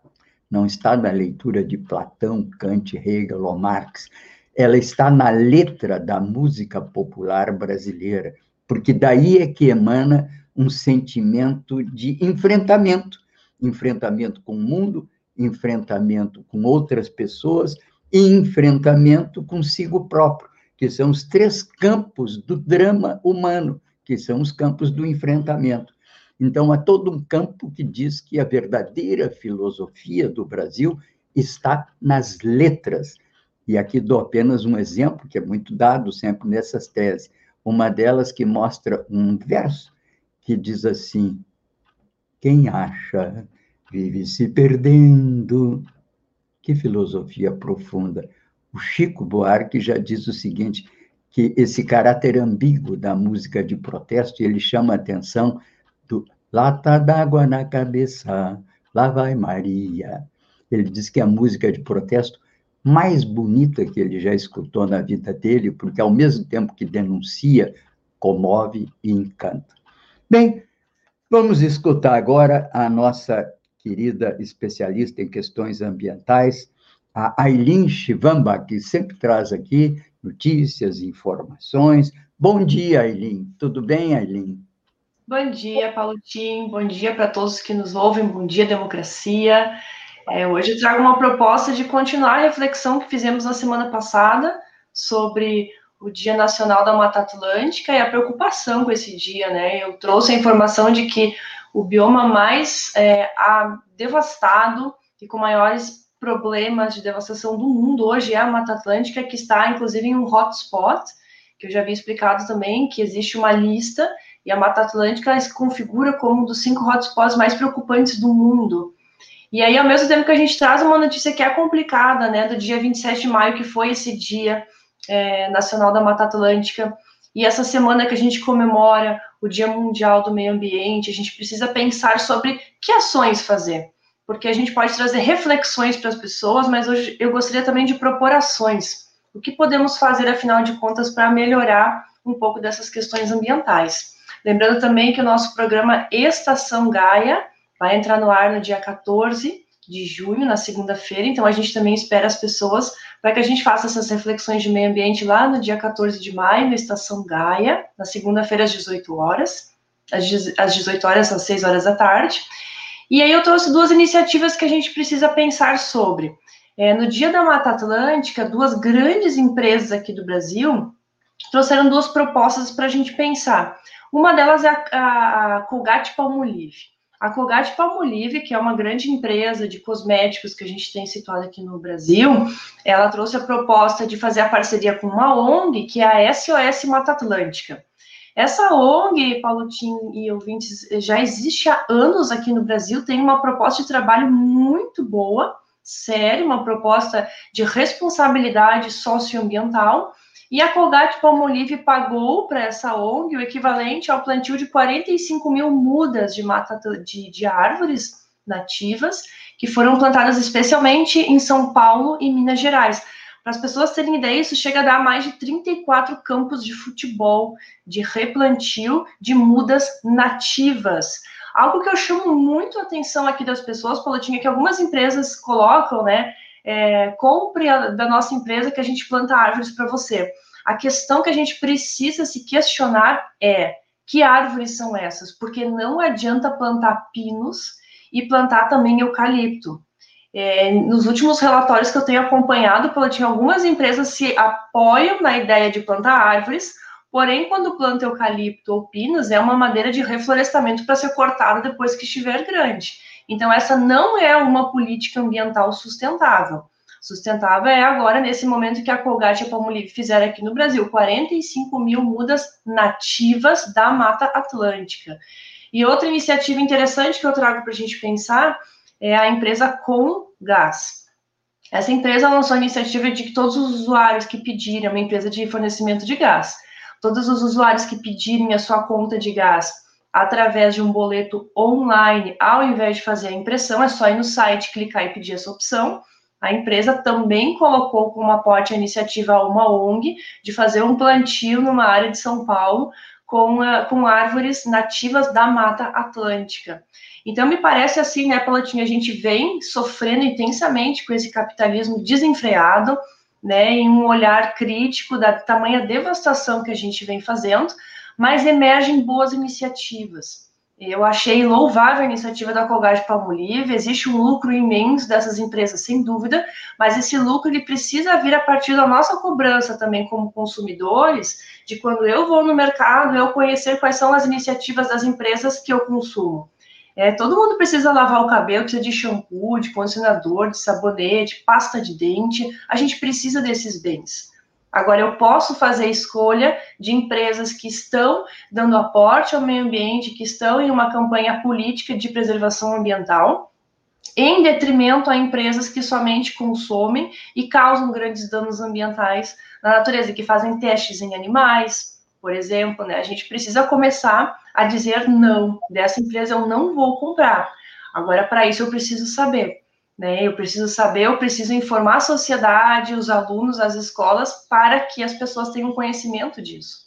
não está na leitura de Platão, Kant, Hegel ou Marx, ela está na letra da música popular brasileira, porque daí é que emana um sentimento de enfrentamento com o mundo, enfrentamento com outras pessoas e enfrentamento consigo próprio, que são os três campos do drama humano, que são os campos do enfrentamento. Então, há todo um campo que diz que a verdadeira filosofia do Brasil está nas letras. E aqui dou apenas um exemplo, que é muito dado sempre nessas teses. Uma delas que mostra um verso que diz assim: quem acha vive se perdendo, Que filosofia profunda. O Chico Buarque já diz o seguinte, que esse caráter ambíguo da música de protesto, ele chama a atenção do lata d'água na cabeça, lá vai Maria. Ele diz que é a música de protesto mais bonita que ele já escutou na vida dele, porque ao mesmo tempo que denuncia, comove e encanta. Bem, vamos escutar agora a nossa querida especialista em questões ambientais, a Aylin Shivamba, que sempre traz aqui notícias, informações. Bom dia, Aylin. Tudo bem, Aylin? Bom dia, Paulo Tim. Bom dia para todos que nos ouvem. Bom dia, democracia. Hoje eu trago uma proposta de continuar a reflexão que fizemos na semana passada sobre o Dia Nacional da Mata Atlântica e a preocupação com esse dia, né? Eu trouxe a informação de que o bioma mais devastado e com maiores problemas de devastação do mundo hoje é a Mata Atlântica, que está, inclusive, em um hotspot, que eu já havia explicado também, que existe uma lista, e a Mata Atlântica se configura como um dos 5 hotspots mais preocupantes do mundo. E aí, ao mesmo tempo que a gente traz uma notícia que é complicada, né, do dia 27 de maio, que foi esse Dia Nacional da Mata Atlântica, e essa semana que a gente comemora o Dia Mundial do Meio Ambiente, a gente precisa pensar sobre que ações fazer. Porque a gente pode trazer reflexões para as pessoas, mas hoje eu gostaria também de propor ações. O que podemos fazer, afinal de contas, para melhorar um pouco dessas questões ambientais? Lembrando também que o nosso programa Estação Gaia vai entrar no ar no dia 14 de junho, na segunda-feira, então a gente também espera as pessoas para que a gente faça essas reflexões de meio ambiente lá no dia 14 de maio, na Estação Gaia, na segunda-feira às 18 horas, às 18 horas às 6 horas da tarde. E aí eu trouxe 2 iniciativas que a gente precisa pensar sobre. No Dia da Mata Atlântica, 2 grandes empresas aqui do Brasil trouxeram 2 propostas para a gente pensar. Uma delas é a Colgate-Palmolive. A Colgate-Palmolive, que é uma grande empresa de cosméticos que a gente tem situada aqui no Brasil, ela trouxe a proposta de fazer a parceria com uma ONG, que é a SOS Mata Atlântica. Essa ONG, Paulo Tim e ouvintes, já existe há anos aqui no Brasil, tem uma proposta de trabalho muito boa, séria, uma proposta de responsabilidade socioambiental, e a Colgate-Palmolive pagou para essa ONG o equivalente ao plantio de 45 mil mudas de árvores nativas, que foram plantadas especialmente em São Paulo e Minas Gerais. Para as pessoas terem ideia, isso chega a dar mais de 34 campos de futebol, de replantio de mudas nativas. Algo que eu chamo muito a atenção aqui das pessoas, Paulotinha, que algumas empresas colocam, né? Compre da nossa empresa que a gente planta árvores para você. A questão que a gente precisa se questionar é: que árvores são essas? Porque não adianta plantar pinos e plantar também eucalipto. Nos últimos relatórios que eu tenho acompanhado, algumas empresas se apoiam na ideia de plantar árvores, porém, quando planta eucalipto ou pinos, é uma madeira de reflorestamento para ser cortada depois que estiver grande. Então, essa não é uma política ambiental sustentável. Sustentável é agora, nesse momento que a Colgate e a Palmolive fizeram aqui no Brasil, 45 mil mudas nativas da Mata Atlântica. E outra iniciativa interessante que eu trago para a gente pensar é a empresa Comgás. Essa empresa lançou a iniciativa de que todos os usuários que pedirem, uma empresa de fornecimento de gás, todos os usuários que pedirem a sua conta de gás através de um boleto online, ao invés de fazer a impressão, é só ir no site, clicar e pedir essa opção. A empresa também colocou como aporte a iniciativa a uma ONG de fazer um plantio numa área de São Paulo com árvores nativas da Mata Atlântica. Então, me parece assim, né, Paulotinha, a gente vem sofrendo intensamente com esse capitalismo desenfreado, né, em um olhar crítico da tamanha devastação que a gente vem fazendo, mas emergem boas iniciativas. Eu achei louvável a iniciativa da Colgate-Palmolive, existe um lucro imenso dessas empresas, sem dúvida, mas esse lucro ele precisa vir a partir da nossa cobrança também como consumidores, de quando eu vou no mercado, eu conhecer quais são as iniciativas das empresas que eu consumo. Todo mundo precisa lavar o cabelo, precisa de shampoo, de condicionador, de sabonete, pasta de dente, a gente precisa desses bens. Agora, eu posso fazer a escolha de empresas que estão dando aporte ao meio ambiente, que estão em uma campanha política de preservação ambiental, em detrimento a empresas que somente consomem e causam grandes danos ambientais na natureza, que fazem testes em animais, por exemplo, né? A gente precisa começar a dizer não, dessa empresa eu não vou comprar. Agora, para isso, eu preciso saber, né? Eu preciso informar a sociedade, os alunos, as escolas, para que as pessoas tenham conhecimento disso.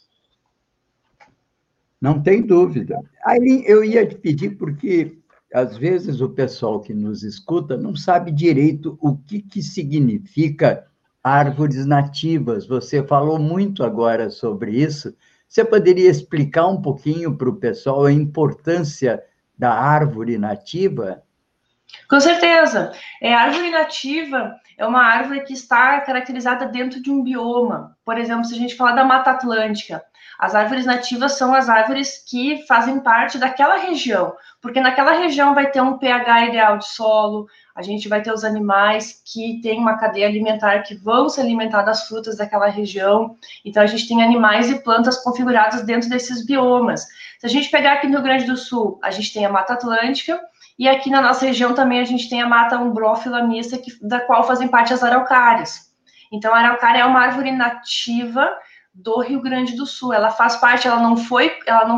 Não tem dúvida. Aí eu ia te pedir, porque às vezes o pessoal que nos escuta não sabe direito o que significa árvores nativas. Você falou muito agora sobre isso. Você poderia explicar um pouquinho para o pessoal a importância da árvore nativa? Com certeza. A árvore nativa é uma árvore que está caracterizada dentro de um bioma. Por exemplo, se a gente falar da Mata Atlântica, as árvores nativas são as árvores que fazem parte daquela região, porque naquela região vai ter um pH ideal de solo, a gente vai ter os animais que têm uma cadeia alimentar que vão se alimentar das frutas daquela região. Então, a gente tem animais e plantas configurados dentro desses biomas. Se a gente pegar aqui no Rio Grande do Sul, a gente tem a Mata Atlântica, e aqui na nossa região também a gente tem a mata umbrófila mista, da qual fazem parte as araucárias. Então, a araucária é uma árvore nativa do Rio Grande do Sul. Ela faz parte, ela não foi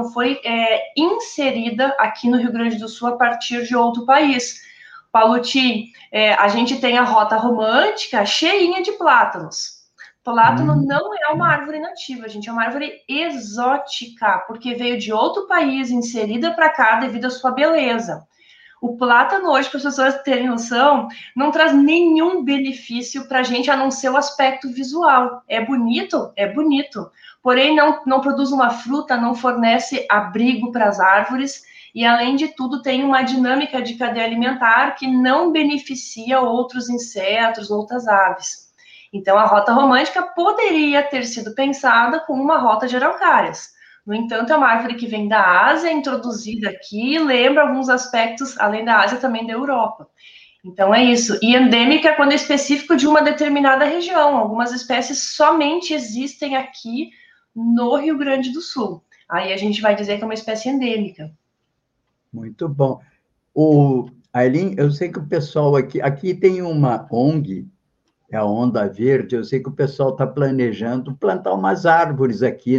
inserida aqui no Rio Grande do Sul a partir de outro país. Pauluti, a gente tem a Rota Romântica cheinha de plátanos. Plátano não é uma árvore nativa, gente, é uma árvore exótica, porque veio de outro país, inserida para cá devido à sua beleza. O plátano hoje, para as pessoas terem noção, não traz nenhum benefício para a gente, a não ser o aspecto visual. É bonito? É bonito. Porém, não produz uma fruta, não fornece abrigo para as árvores e, além de tudo, tem uma dinâmica de cadeia alimentar que não beneficia outros insetos, outras aves. Então, a rota romântica poderia ter sido pensada como uma rota de araucárias. No entanto, é uma árvore que vem da Ásia, introduzida aqui, lembra alguns aspectos, além da Ásia, também da Europa. Então, é isso. E endêmica quando é específico de uma determinada região. Algumas espécies somente existem aqui no Rio Grande do Sul. Aí a gente vai dizer que é uma espécie endêmica. Muito bom. Aileen, eu sei que o pessoal aqui tem uma ONG, é a Onda Verde, eu sei que o pessoal está planejando plantar umas árvores aqui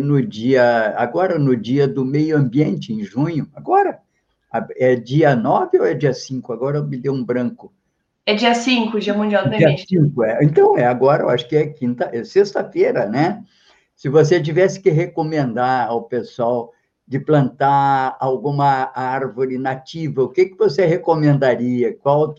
agora no dia do meio ambiente, em junho, agora, é dia 9 ou é dia 5? Agora me deu um branco. É dia 5, Dia Mundial do Meio Ambiente. Dia 5, então, agora, eu acho que é sexta-feira, né? Se você tivesse que recomendar ao pessoal de plantar alguma árvore nativa, o que você recomendaria? Qual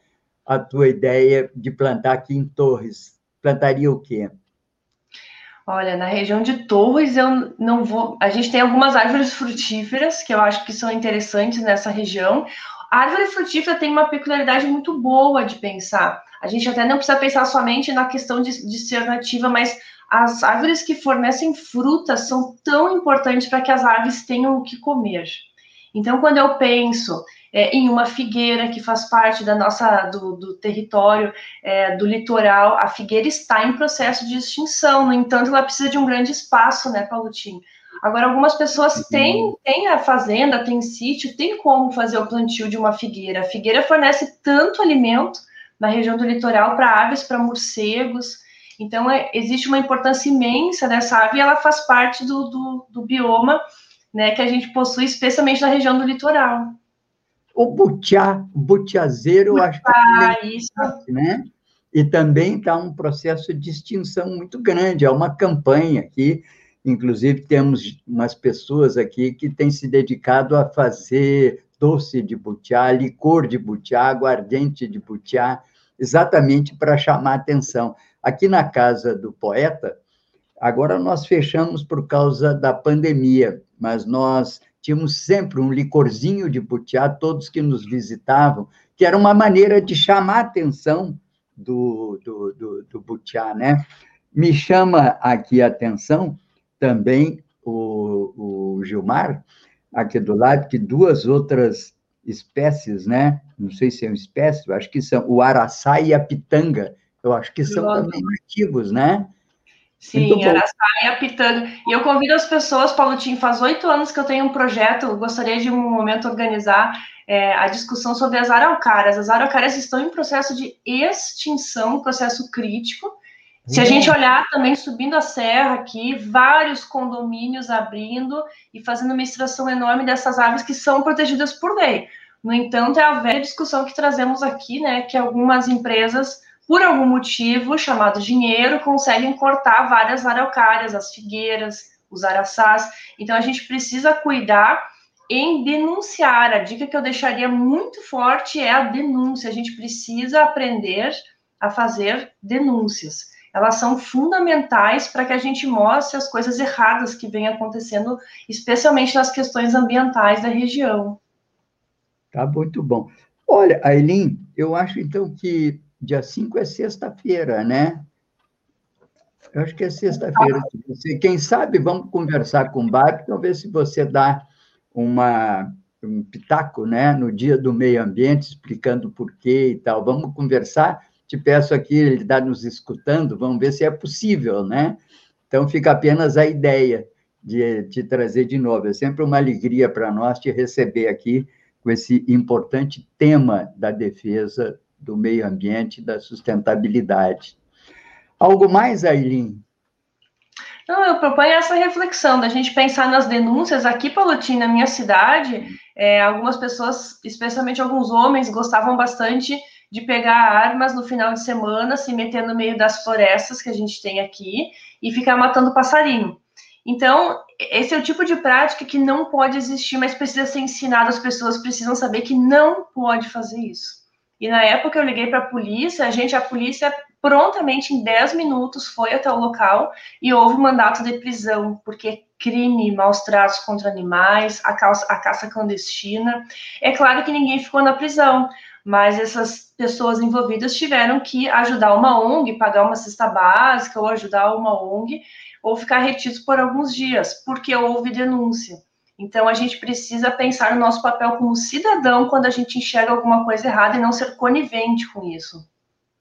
a tua ideia de plantar aqui em Torres? Plantaria o quê? Olha, na região de Torres, eu não vou... A gente tem algumas árvores frutíferas, que eu acho que são interessantes nessa região. A árvore frutífera tem uma peculiaridade muito boa de pensar. A gente até não precisa pensar somente na questão de ser nativa, mas as árvores que fornecem frutas são tão importantes para que as aves tenham o que comer. Então, quando eu penso em uma figueira que faz parte do território do litoral, a figueira está em processo de extinção, no entanto, ela precisa de um grande espaço, né, Paulutinho? Agora, algumas pessoas têm a fazenda, têm sítio, tem como fazer o plantio de uma figueira. A figueira fornece tanto alimento na região do litoral para aves, para morcegos. Então, existe uma importância imensa dessa ave e ela faz parte do bioma, né, que a gente possui, especialmente na região do litoral. O butiazeiro, eu acho que é isso, né? E também está um processo de extinção muito grande. É uma campanha aqui, inclusive temos umas pessoas aqui que têm se dedicado a fazer doce de butiá, licor de butiá, aguardente de butiá, exatamente para chamar atenção. Aqui na casa do poeta, agora nós fechamos por causa da pandemia, mas nós tínhamos sempre um licorzinho de butiá, todos que nos visitavam, que era uma maneira de chamar a atenção do butiá, né? Me chama aqui a atenção também o Gilmar, aqui do lado, que duas outras espécies, né? Não sei se é uma espécie, eu acho que são o araçá e a pitanga, eu acho que são também nativos, né? Sim, Araçá e Pitanga. E eu convido as pessoas, Paulutinho, faz 8 anos que eu tenho um projeto, eu gostaria de, um momento, organizar a discussão sobre as araucárias. As araucárias estão em processo de extinção, processo crítico. Se a gente olhar também, subindo a serra aqui, vários condomínios abrindo e fazendo uma extração enorme dessas aves que são protegidas por lei. No entanto, é a velha discussão que trazemos aqui, né, que algumas empresas, por algum motivo, chamado dinheiro, conseguem cortar várias araucárias, as figueiras, os araçás. Então, a gente precisa cuidar em denunciar. A dica que eu deixaria muito forte é a denúncia. A gente precisa aprender a fazer denúncias. Elas são fundamentais para que a gente mostre as coisas erradas que vêm acontecendo, especialmente nas questões ambientais da região. Tá muito bom. Olha, Ailin, eu acho, então, que dia 5 é sexta-feira, né? Eu acho que é sexta-feira. Quem sabe, vamos conversar com o Bárbara, então ver se você dá um pitaco, né, no Dia do Meio Ambiente, explicando por quê e tal. Vamos conversar. Te peço aqui, ele está nos escutando, vamos ver se é possível, né? Então, fica apenas a ideia de te trazer de novo. É sempre uma alegria para nós te receber aqui com esse importante tema da defesa do meio ambiente e da sustentabilidade. Algo mais, Ailin? Não, eu proponho essa reflexão, da gente pensar nas denúncias. Aqui, Paulutinho, na minha cidade, algumas pessoas, especialmente alguns homens, gostavam bastante de pegar armas no final de semana, se meter no meio das florestas que a gente tem aqui e ficar matando passarinho. Então, esse é o tipo de prática que não pode existir, mas precisa ser ensinado. As pessoas precisam saber que não pode fazer isso. E na época eu liguei para a polícia, a polícia prontamente, em 10 minutos, foi até o local e houve mandato de prisão, porque crime, maus tratos contra animais, a caça clandestina. É claro que ninguém ficou na prisão, mas essas pessoas envolvidas tiveram que ajudar uma ONG, pagar uma cesta básica, ou ajudar uma ONG, ou ficar retidos por alguns dias, porque houve denúncia. Então, a gente precisa pensar no nosso papel como cidadão quando a gente enxerga alguma coisa errada e não ser conivente com isso.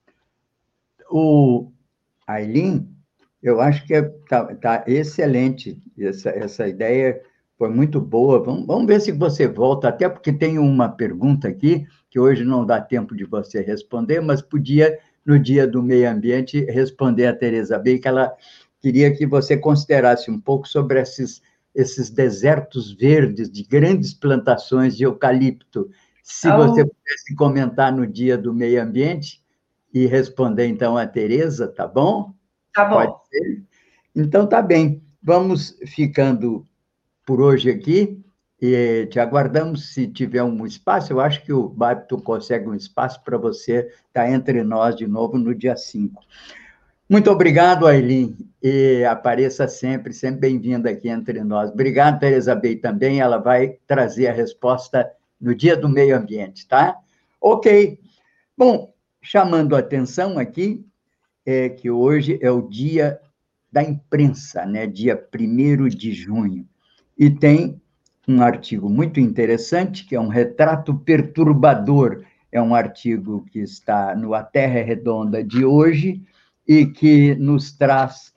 Ailin, eu acho que tá excelente. Essa ideia foi muito boa. Vamos ver se você volta, até porque tem uma pergunta aqui, que hoje não dá tempo de você responder, mas podia, no Dia do Meio Ambiente, responder a Tereza Bey, que ela queria que você considerasse um pouco sobre esses desertos verdes de grandes plantações de eucalipto. Se você pudesse comentar no Dia do Meio Ambiente e responder, então, a Tereza, tá bom? Tá bom. Pode ser? Então, tá bem. Vamos ficando por hoje aqui e te aguardamos se tiver um espaço. Eu acho que o Bárbara consegue um espaço para você estar entre nós de novo no dia 5. Muito obrigado, Ailin, e apareça sempre bem-vinda aqui entre nós. Obrigado, Tereza Bey, também, ela vai trazer a resposta no Dia do Meio Ambiente, tá? Ok. Bom, chamando a atenção aqui, que hoje é o Dia da Imprensa, né? Dia 1º de junho, e tem um artigo muito interessante, que é um retrato perturbador, é um artigo que está no A Terra é Redonda de hoje, e que nos traz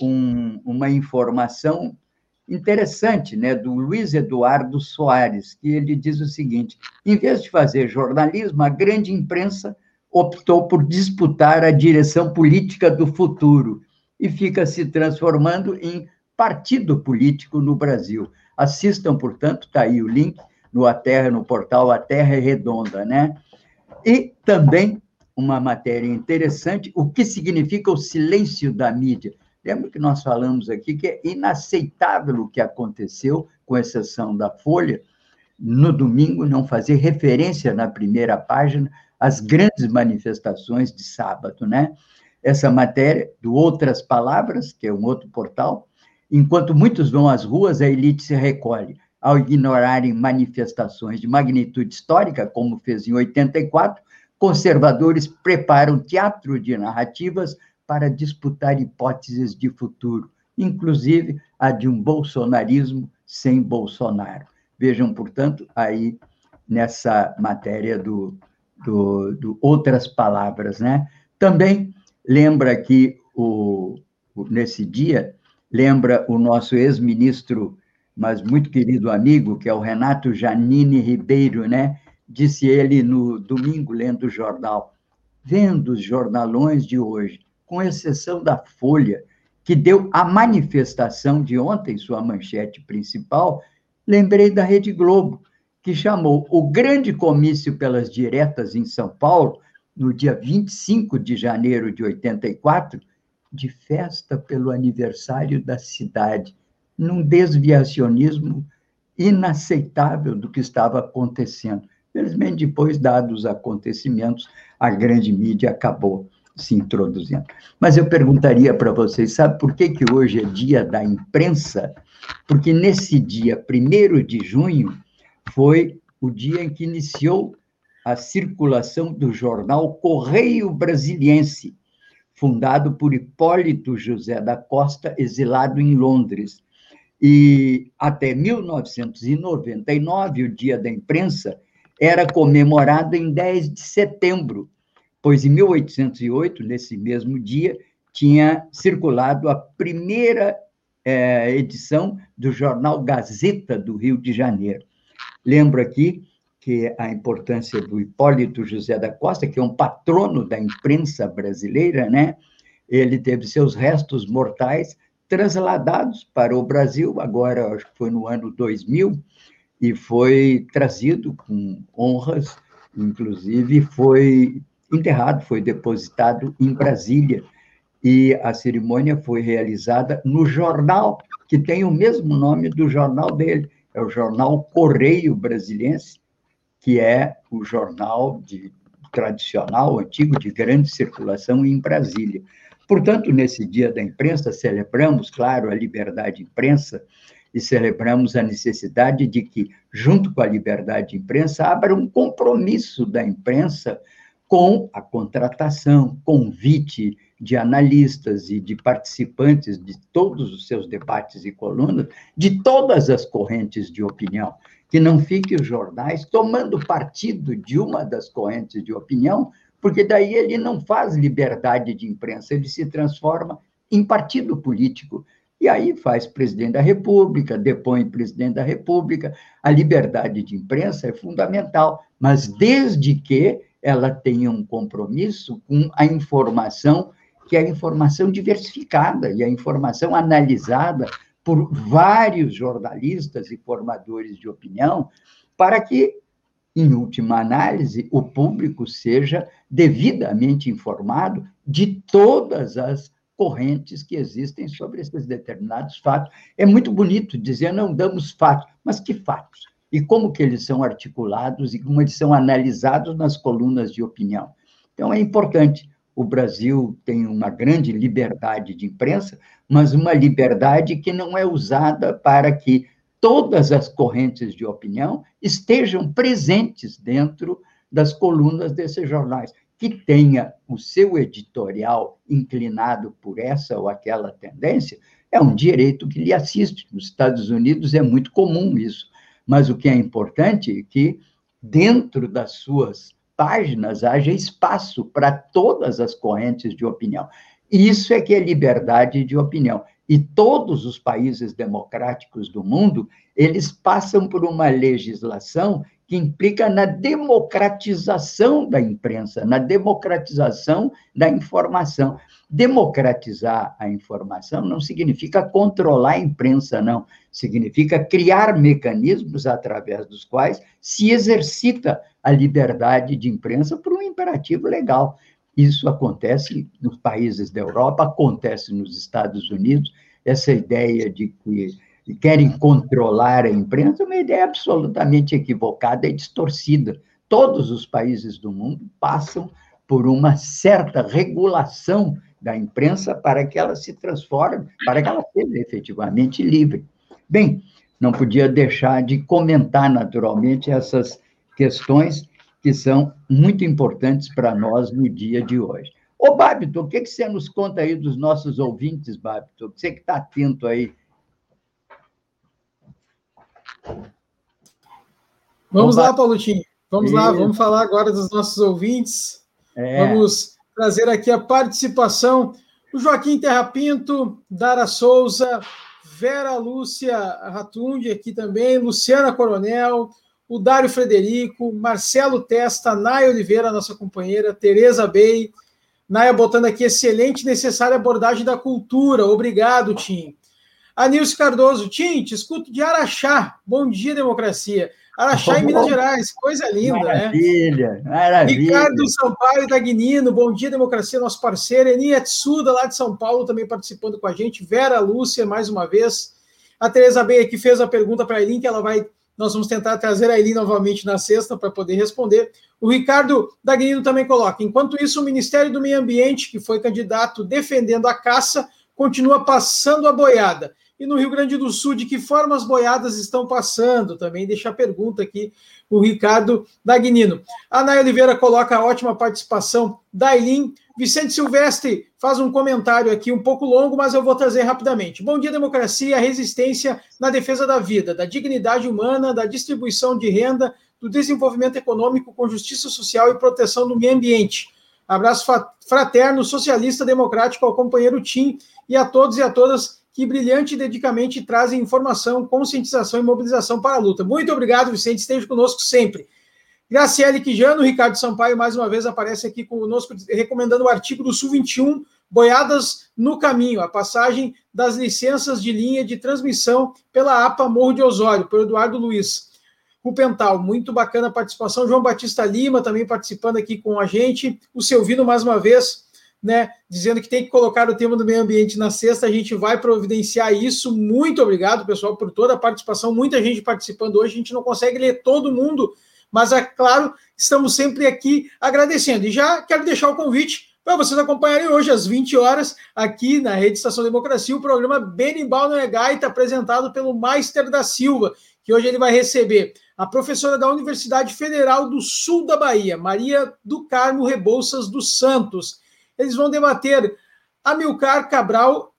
uma informação interessante, né, do Luiz Eduardo Soares, que ele diz o seguinte: em vez de fazer jornalismo, a grande imprensa optou por disputar a direção política do futuro e fica se transformando em partido político no Brasil. Assistam, portanto, está aí o link no portal A Terra é Redonda, né? E também uma matéria interessante, o que significa o silêncio da mídia. Lembra que nós falamos aqui que é inaceitável o que aconteceu, com exceção da Folha, no domingo, não fazer referência na primeira página às grandes manifestações de sábado, né? Essa matéria, do Outras Palavras, que é um outro portal, enquanto muitos vão às ruas, a elite se recolhe. Ao ignorarem manifestações de magnitude histórica, como fez em 84, conservadores preparam teatro de narrativas para disputar hipóteses de futuro, inclusive a de um bolsonarismo sem Bolsonaro. Vejam, portanto, aí nessa matéria do Outras Palavras, né? Também lembra aqui o nesse dia, lembra o nosso ex-ministro, mas muito querido amigo, que é o Renato Janine Ribeiro, né? Disse ele no domingo, lendo o jornal, vendo os jornalões de hoje, com exceção da Folha, que deu a manifestação de ontem, sua manchete principal, lembrei da Rede Globo, que chamou o grande comício pelas diretas em São Paulo, no dia 25 de janeiro de 84, de festa pelo aniversário da cidade, num desviacionismo inaceitável do que estava acontecendo. Felizmente, depois, dados os acontecimentos, a grande mídia acabou se introduzindo. Mas eu perguntaria para vocês, sabe por que hoje é dia da imprensa? Porque nesse dia, 1º de junho, foi o dia em que iniciou a circulação do jornal Correio Brasiliense, fundado por Hipólito José da Costa, exilado em Londres. E até 1999, o Dia da Imprensa, era comemorado em 10 de setembro, pois em 1808, nesse mesmo dia, tinha circulado a primeira edição do jornal Gazeta do Rio de Janeiro. Lembro aqui que a importância do Hipólito José da Costa, que é um patrono da imprensa brasileira, né? Ele teve seus restos mortais transladados para o Brasil, agora acho que foi no ano 2000, e foi trazido com honras, inclusive foi enterrado, foi depositado em Brasília, e a cerimônia foi realizada no jornal, que tem o mesmo nome do jornal dele, é o jornal Correio Brasiliense, que é o jornal tradicional, antigo, de grande circulação em Brasília. Portanto, nesse Dia da Imprensa, celebramos, claro, a liberdade de imprensa e celebramos a necessidade de que, junto com a liberdade de imprensa, abra um compromisso da imprensa com a contratação, convite de analistas e de participantes de todos os seus debates e colunas, de todas as correntes de opinião, que não fiquem os jornais tomando partido de uma das correntes de opinião, porque daí ele não faz liberdade de imprensa, ele se transforma em partido político. E aí faz presidente da República, depõe presidente da República. A liberdade de imprensa é fundamental, mas desde que ela tenha um compromisso com a informação, que é a informação diversificada e a informação analisada por vários jornalistas e formadores de opinião, para que, em última análise, o público seja devidamente informado de todas as correntes que existem sobre esses determinados fatos. É muito bonito dizer, não damos fatos, mas que fatos? E como que eles são articulados e como eles são analisados nas colunas de opinião. Então, é importante. O Brasil tem uma grande liberdade de imprensa, mas uma liberdade que não é usada para que todas as correntes de opinião estejam presentes dentro das colunas desses jornais, que tenha o seu editorial inclinado por essa ou aquela tendência, é um direito que lhe assiste. Nos Estados Unidos é muito comum isso, mas o que é importante é que, dentro das suas páginas, haja espaço para todas as correntes de opinião. Isso é que é liberdade de opinião. E todos os países democráticos do mundo, eles passam por uma legislação que implica na democratização da imprensa, na democratização da informação. Democratizar a informação não significa controlar a imprensa, não. Significa criar mecanismos através dos quais se exercita a liberdade de imprensa por um imperativo legal. Isso acontece nos países da Europa, acontece nos Estados Unidos. Essa ideia de que querem controlar a imprensa é uma ideia absolutamente equivocada e distorcida. Todos os países do mundo passam por uma certa regulação da imprensa para que ela se transforme, para que ela seja efetivamente livre. Bem, não podia deixar de comentar naturalmente essas questões que são muito importantes para nós no dia de hoje. Ô, Babito, o que você nos conta aí dos nossos ouvintes, Babito? Você que está atento aí. Vamos lá, Paulutinho. Vamos lá, vamos falar agora dos nossos ouvintes. Vamos trazer aqui a participação o Joaquim Terra Pinto, Dara Souza, Vera Lúcia Ratundi aqui também, Luciana Coronel, o Dário Frederico, Marcelo Testa, Naya Oliveira, nossa companheira, Tereza Bey, Naya botando aqui, excelente e necessária abordagem da cultura, obrigado, Tim. Anilson Cardoso, Tim, te escuto de Araxá, bom dia, democracia. Araxá em Minas Gerais, coisa linda, maravilha, né? Maravilha. Ricardo Sampaio Dagnino, bom dia, democracia, nosso parceiro. Eni Etsuda, lá de São Paulo, também participando com a gente. Vera Lúcia, mais uma vez. A Tereza Bey aqui fez a pergunta para a Eileen, que nós vamos tentar trazer a Eileen novamente na sexta para poder responder. O Ricardo Dagnino também coloca, enquanto isso, o Ministério do Meio Ambiente, que foi candidato defendendo a caça, continua passando a boiada. E no Rio Grande do Sul, de que forma as boiadas estão passando? Também deixa a pergunta aqui o Ricardo Dagnino. A Naya Oliveira coloca a ótima participação da Eileen. Vicente Silvestre faz um comentário aqui um pouco longo, mas eu vou trazer rapidamente. Bom dia, democracia, resistência na defesa da vida, da dignidade humana, da distribuição de renda, do desenvolvimento econômico com justiça social e proteção do meio ambiente. Abraço fraterno, socialista, democrático ao companheiro Tim e a todos e a todas que brilhante e dedicamente trazem informação, conscientização e mobilização para a luta. Muito obrigado, Vicente, esteja conosco sempre. Graciele Quijano, Ricardo Sampaio, mais uma vez aparece aqui conosco, recomendando o artigo do Sul 21, Boiadas no Caminho, a passagem das licenças de linha de transmissão pela APA Morro de Osório, por Eduardo Luiz Rupental. Muito bacana a participação. João Batista Lima também participando aqui com a gente. O Silvino, mais uma vez, né, dizendo que tem que colocar o tema do meio ambiente na sexta, a gente vai providenciar isso. Muito obrigado, pessoal, por toda a participação, muita gente participando hoje, a gente não consegue ler todo mundo, mas, é claro, estamos sempre aqui agradecendo. E já quero deixar o convite para vocês acompanharem hoje, às 20 horas, aqui na Rede Estação Democracia, o programa Berimbau não é Gaita, apresentado pelo Maister da Silva, que hoje ele vai receber a professora da Universidade Federal do Sul da Bahia, Maria do Carmo Rebouças dos Santos. Eles vão debater Amilcar Cabral,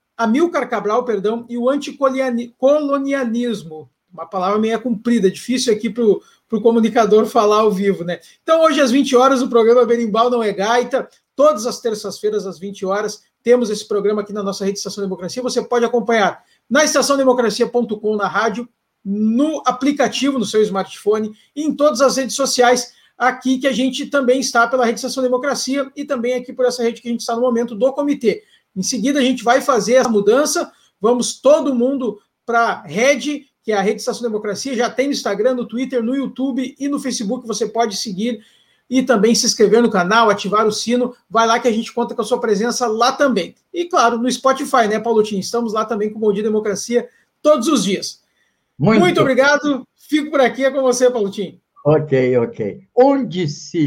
e o anticolonialismo. Uma palavra meio comprida, difícil aqui para o comunicador falar ao vivo, né? Então, hoje, às 20 horas, o programa Berimbau não é Gaita. Todas as terças-feiras, às 20 horas, temos esse programa aqui na nossa Rede Estação Democracia. Você pode acompanhar na estaçãodemocracia.com, na rádio, no aplicativo, no seu smartphone, e em todas as redes sociais, aqui que a gente também está pela Rede Estação Democracia e também aqui por essa rede que a gente está no momento do comitê. Em seguida, a gente vai fazer essa mudança, vamos todo mundo para a rede, que é a Rede Estação Democracia, já tem no Instagram, no Twitter, no YouTube e no Facebook, você pode seguir e também se inscrever no canal, ativar o sino, vai lá que a gente conta com a sua presença lá também. E claro, no Spotify, né, Paulo Tim? Estamos lá também com o Bom Dia Democracia todos os dias. Muito obrigado, fico por aqui, é com você, Paulo Tim. Ok. Onde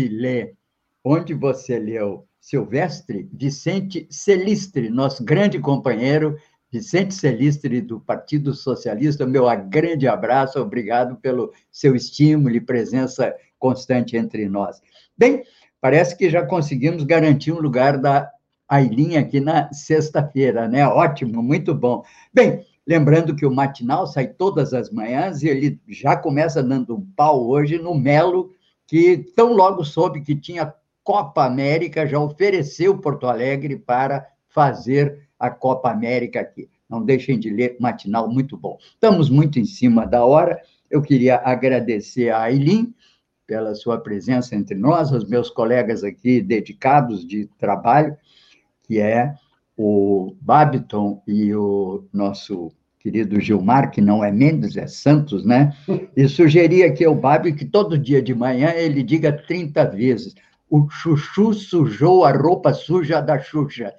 você leu Silvestre, Vicente Celistre, nosso grande companheiro, Vicente Celistre, do Partido Socialista, meu grande abraço, obrigado pelo seu estímulo e presença constante entre nós. Bem, parece que já conseguimos garantir um lugar da Eileen aqui na sexta-feira, né? Ótimo, muito bom. Bem, lembrando que o matinal sai todas as manhãs e ele já começa dando um pau hoje no Melo, que tão logo soube que tinha Copa América, já ofereceu Porto Alegre para fazer a Copa América aqui. Não deixem de ler, matinal muito bom. Estamos muito em cima da hora. Eu queria agradecer a Eileen pela sua presença entre nós, os meus colegas aqui dedicados de trabalho, que é o Babiton e o nosso querido Gilmar, que não é Mendes, é Santos, né? E sugeria aqui ao Babi que todo dia de manhã ele diga 30 vezes: o Chuchu sujou a roupa suja da Xuxa.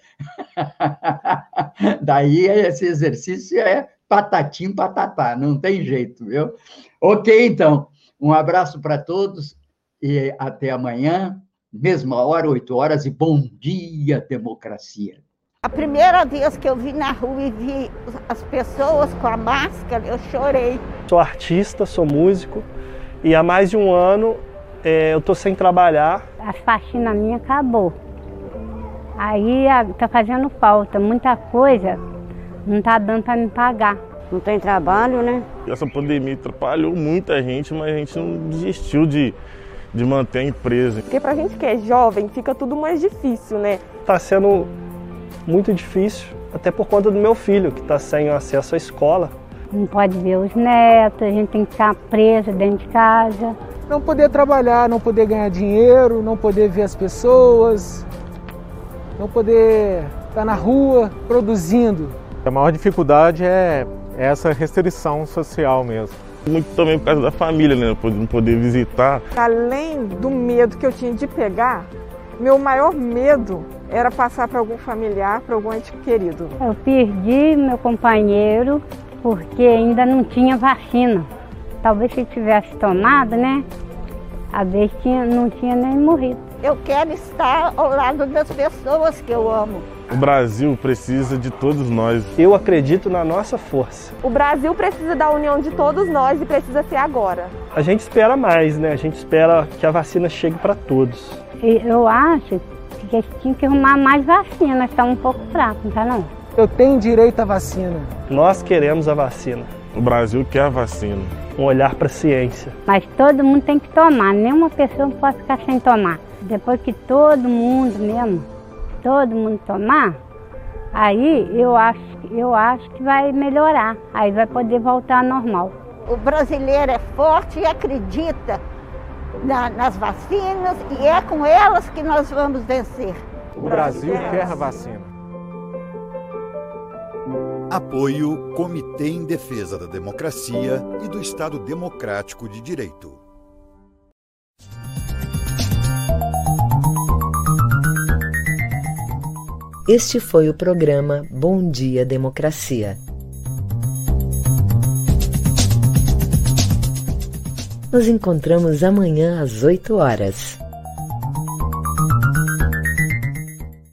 Daí esse exercício é patatim, patatá, não tem jeito, viu? Ok, então, um abraço para todos e até amanhã, mesma hora, 8 horas, e bom dia, democracia. A primeira vez que eu vi na rua e vi as pessoas com a máscara, eu chorei. Sou artista, sou músico, e há mais de um ano eu estou sem trabalhar. A faxina minha acabou. Aí está fazendo falta, muita coisa não está dando para me pagar. Não tem trabalho, né? Essa pandemia atrapalhou muita gente, mas a gente não desistiu de manter a empresa. Porque pra gente que é jovem, fica tudo mais difícil, né? Está sendo muito difícil, até por conta do meu filho, que está sem acesso à escola. Não pode ver os netos, a gente tem que ficar preso dentro de casa. Não poder trabalhar, não poder ganhar dinheiro, não poder ver as pessoas, não poder estar na rua produzindo. A maior dificuldade é essa restrição social mesmo. Muito também por causa da família, né? Não poder visitar. Além do medo que eu tinha de pegar, meu maior medo era passar para algum familiar, para algum ente querido. Eu perdi meu companheiro porque ainda não tinha vacina. Talvez se tivesse tomado, né? Às vezes não tinha nem morrido. Eu quero estar ao lado das pessoas que eu amo. O Brasil precisa de todos nós. Eu acredito na nossa força. O Brasil precisa da união de todos nós e precisa ser agora. A gente espera mais, né? A gente espera que a vacina chegue para todos. Eu acho que eles tinham que arrumar mais vacina, está um pouco fraco, não está não? Eu tenho direito à vacina. Nós queremos a vacina. O Brasil quer a vacina. Um olhar para a ciência. Mas todo mundo tem que tomar, nenhuma pessoa não pode ficar sem tomar. Depois que todo mundo tomar, aí eu acho que vai melhorar, aí vai poder voltar ao normal. O brasileiro é forte e acredita nas vacinas e é com elas que nós vamos vencer. O Brasil quer a vacina. Apoio Comitê em Defesa da Democracia e do Estado Democrático de Direito. Este foi o programa Bom Dia Democracia. Nos encontramos amanhã às 8 horas.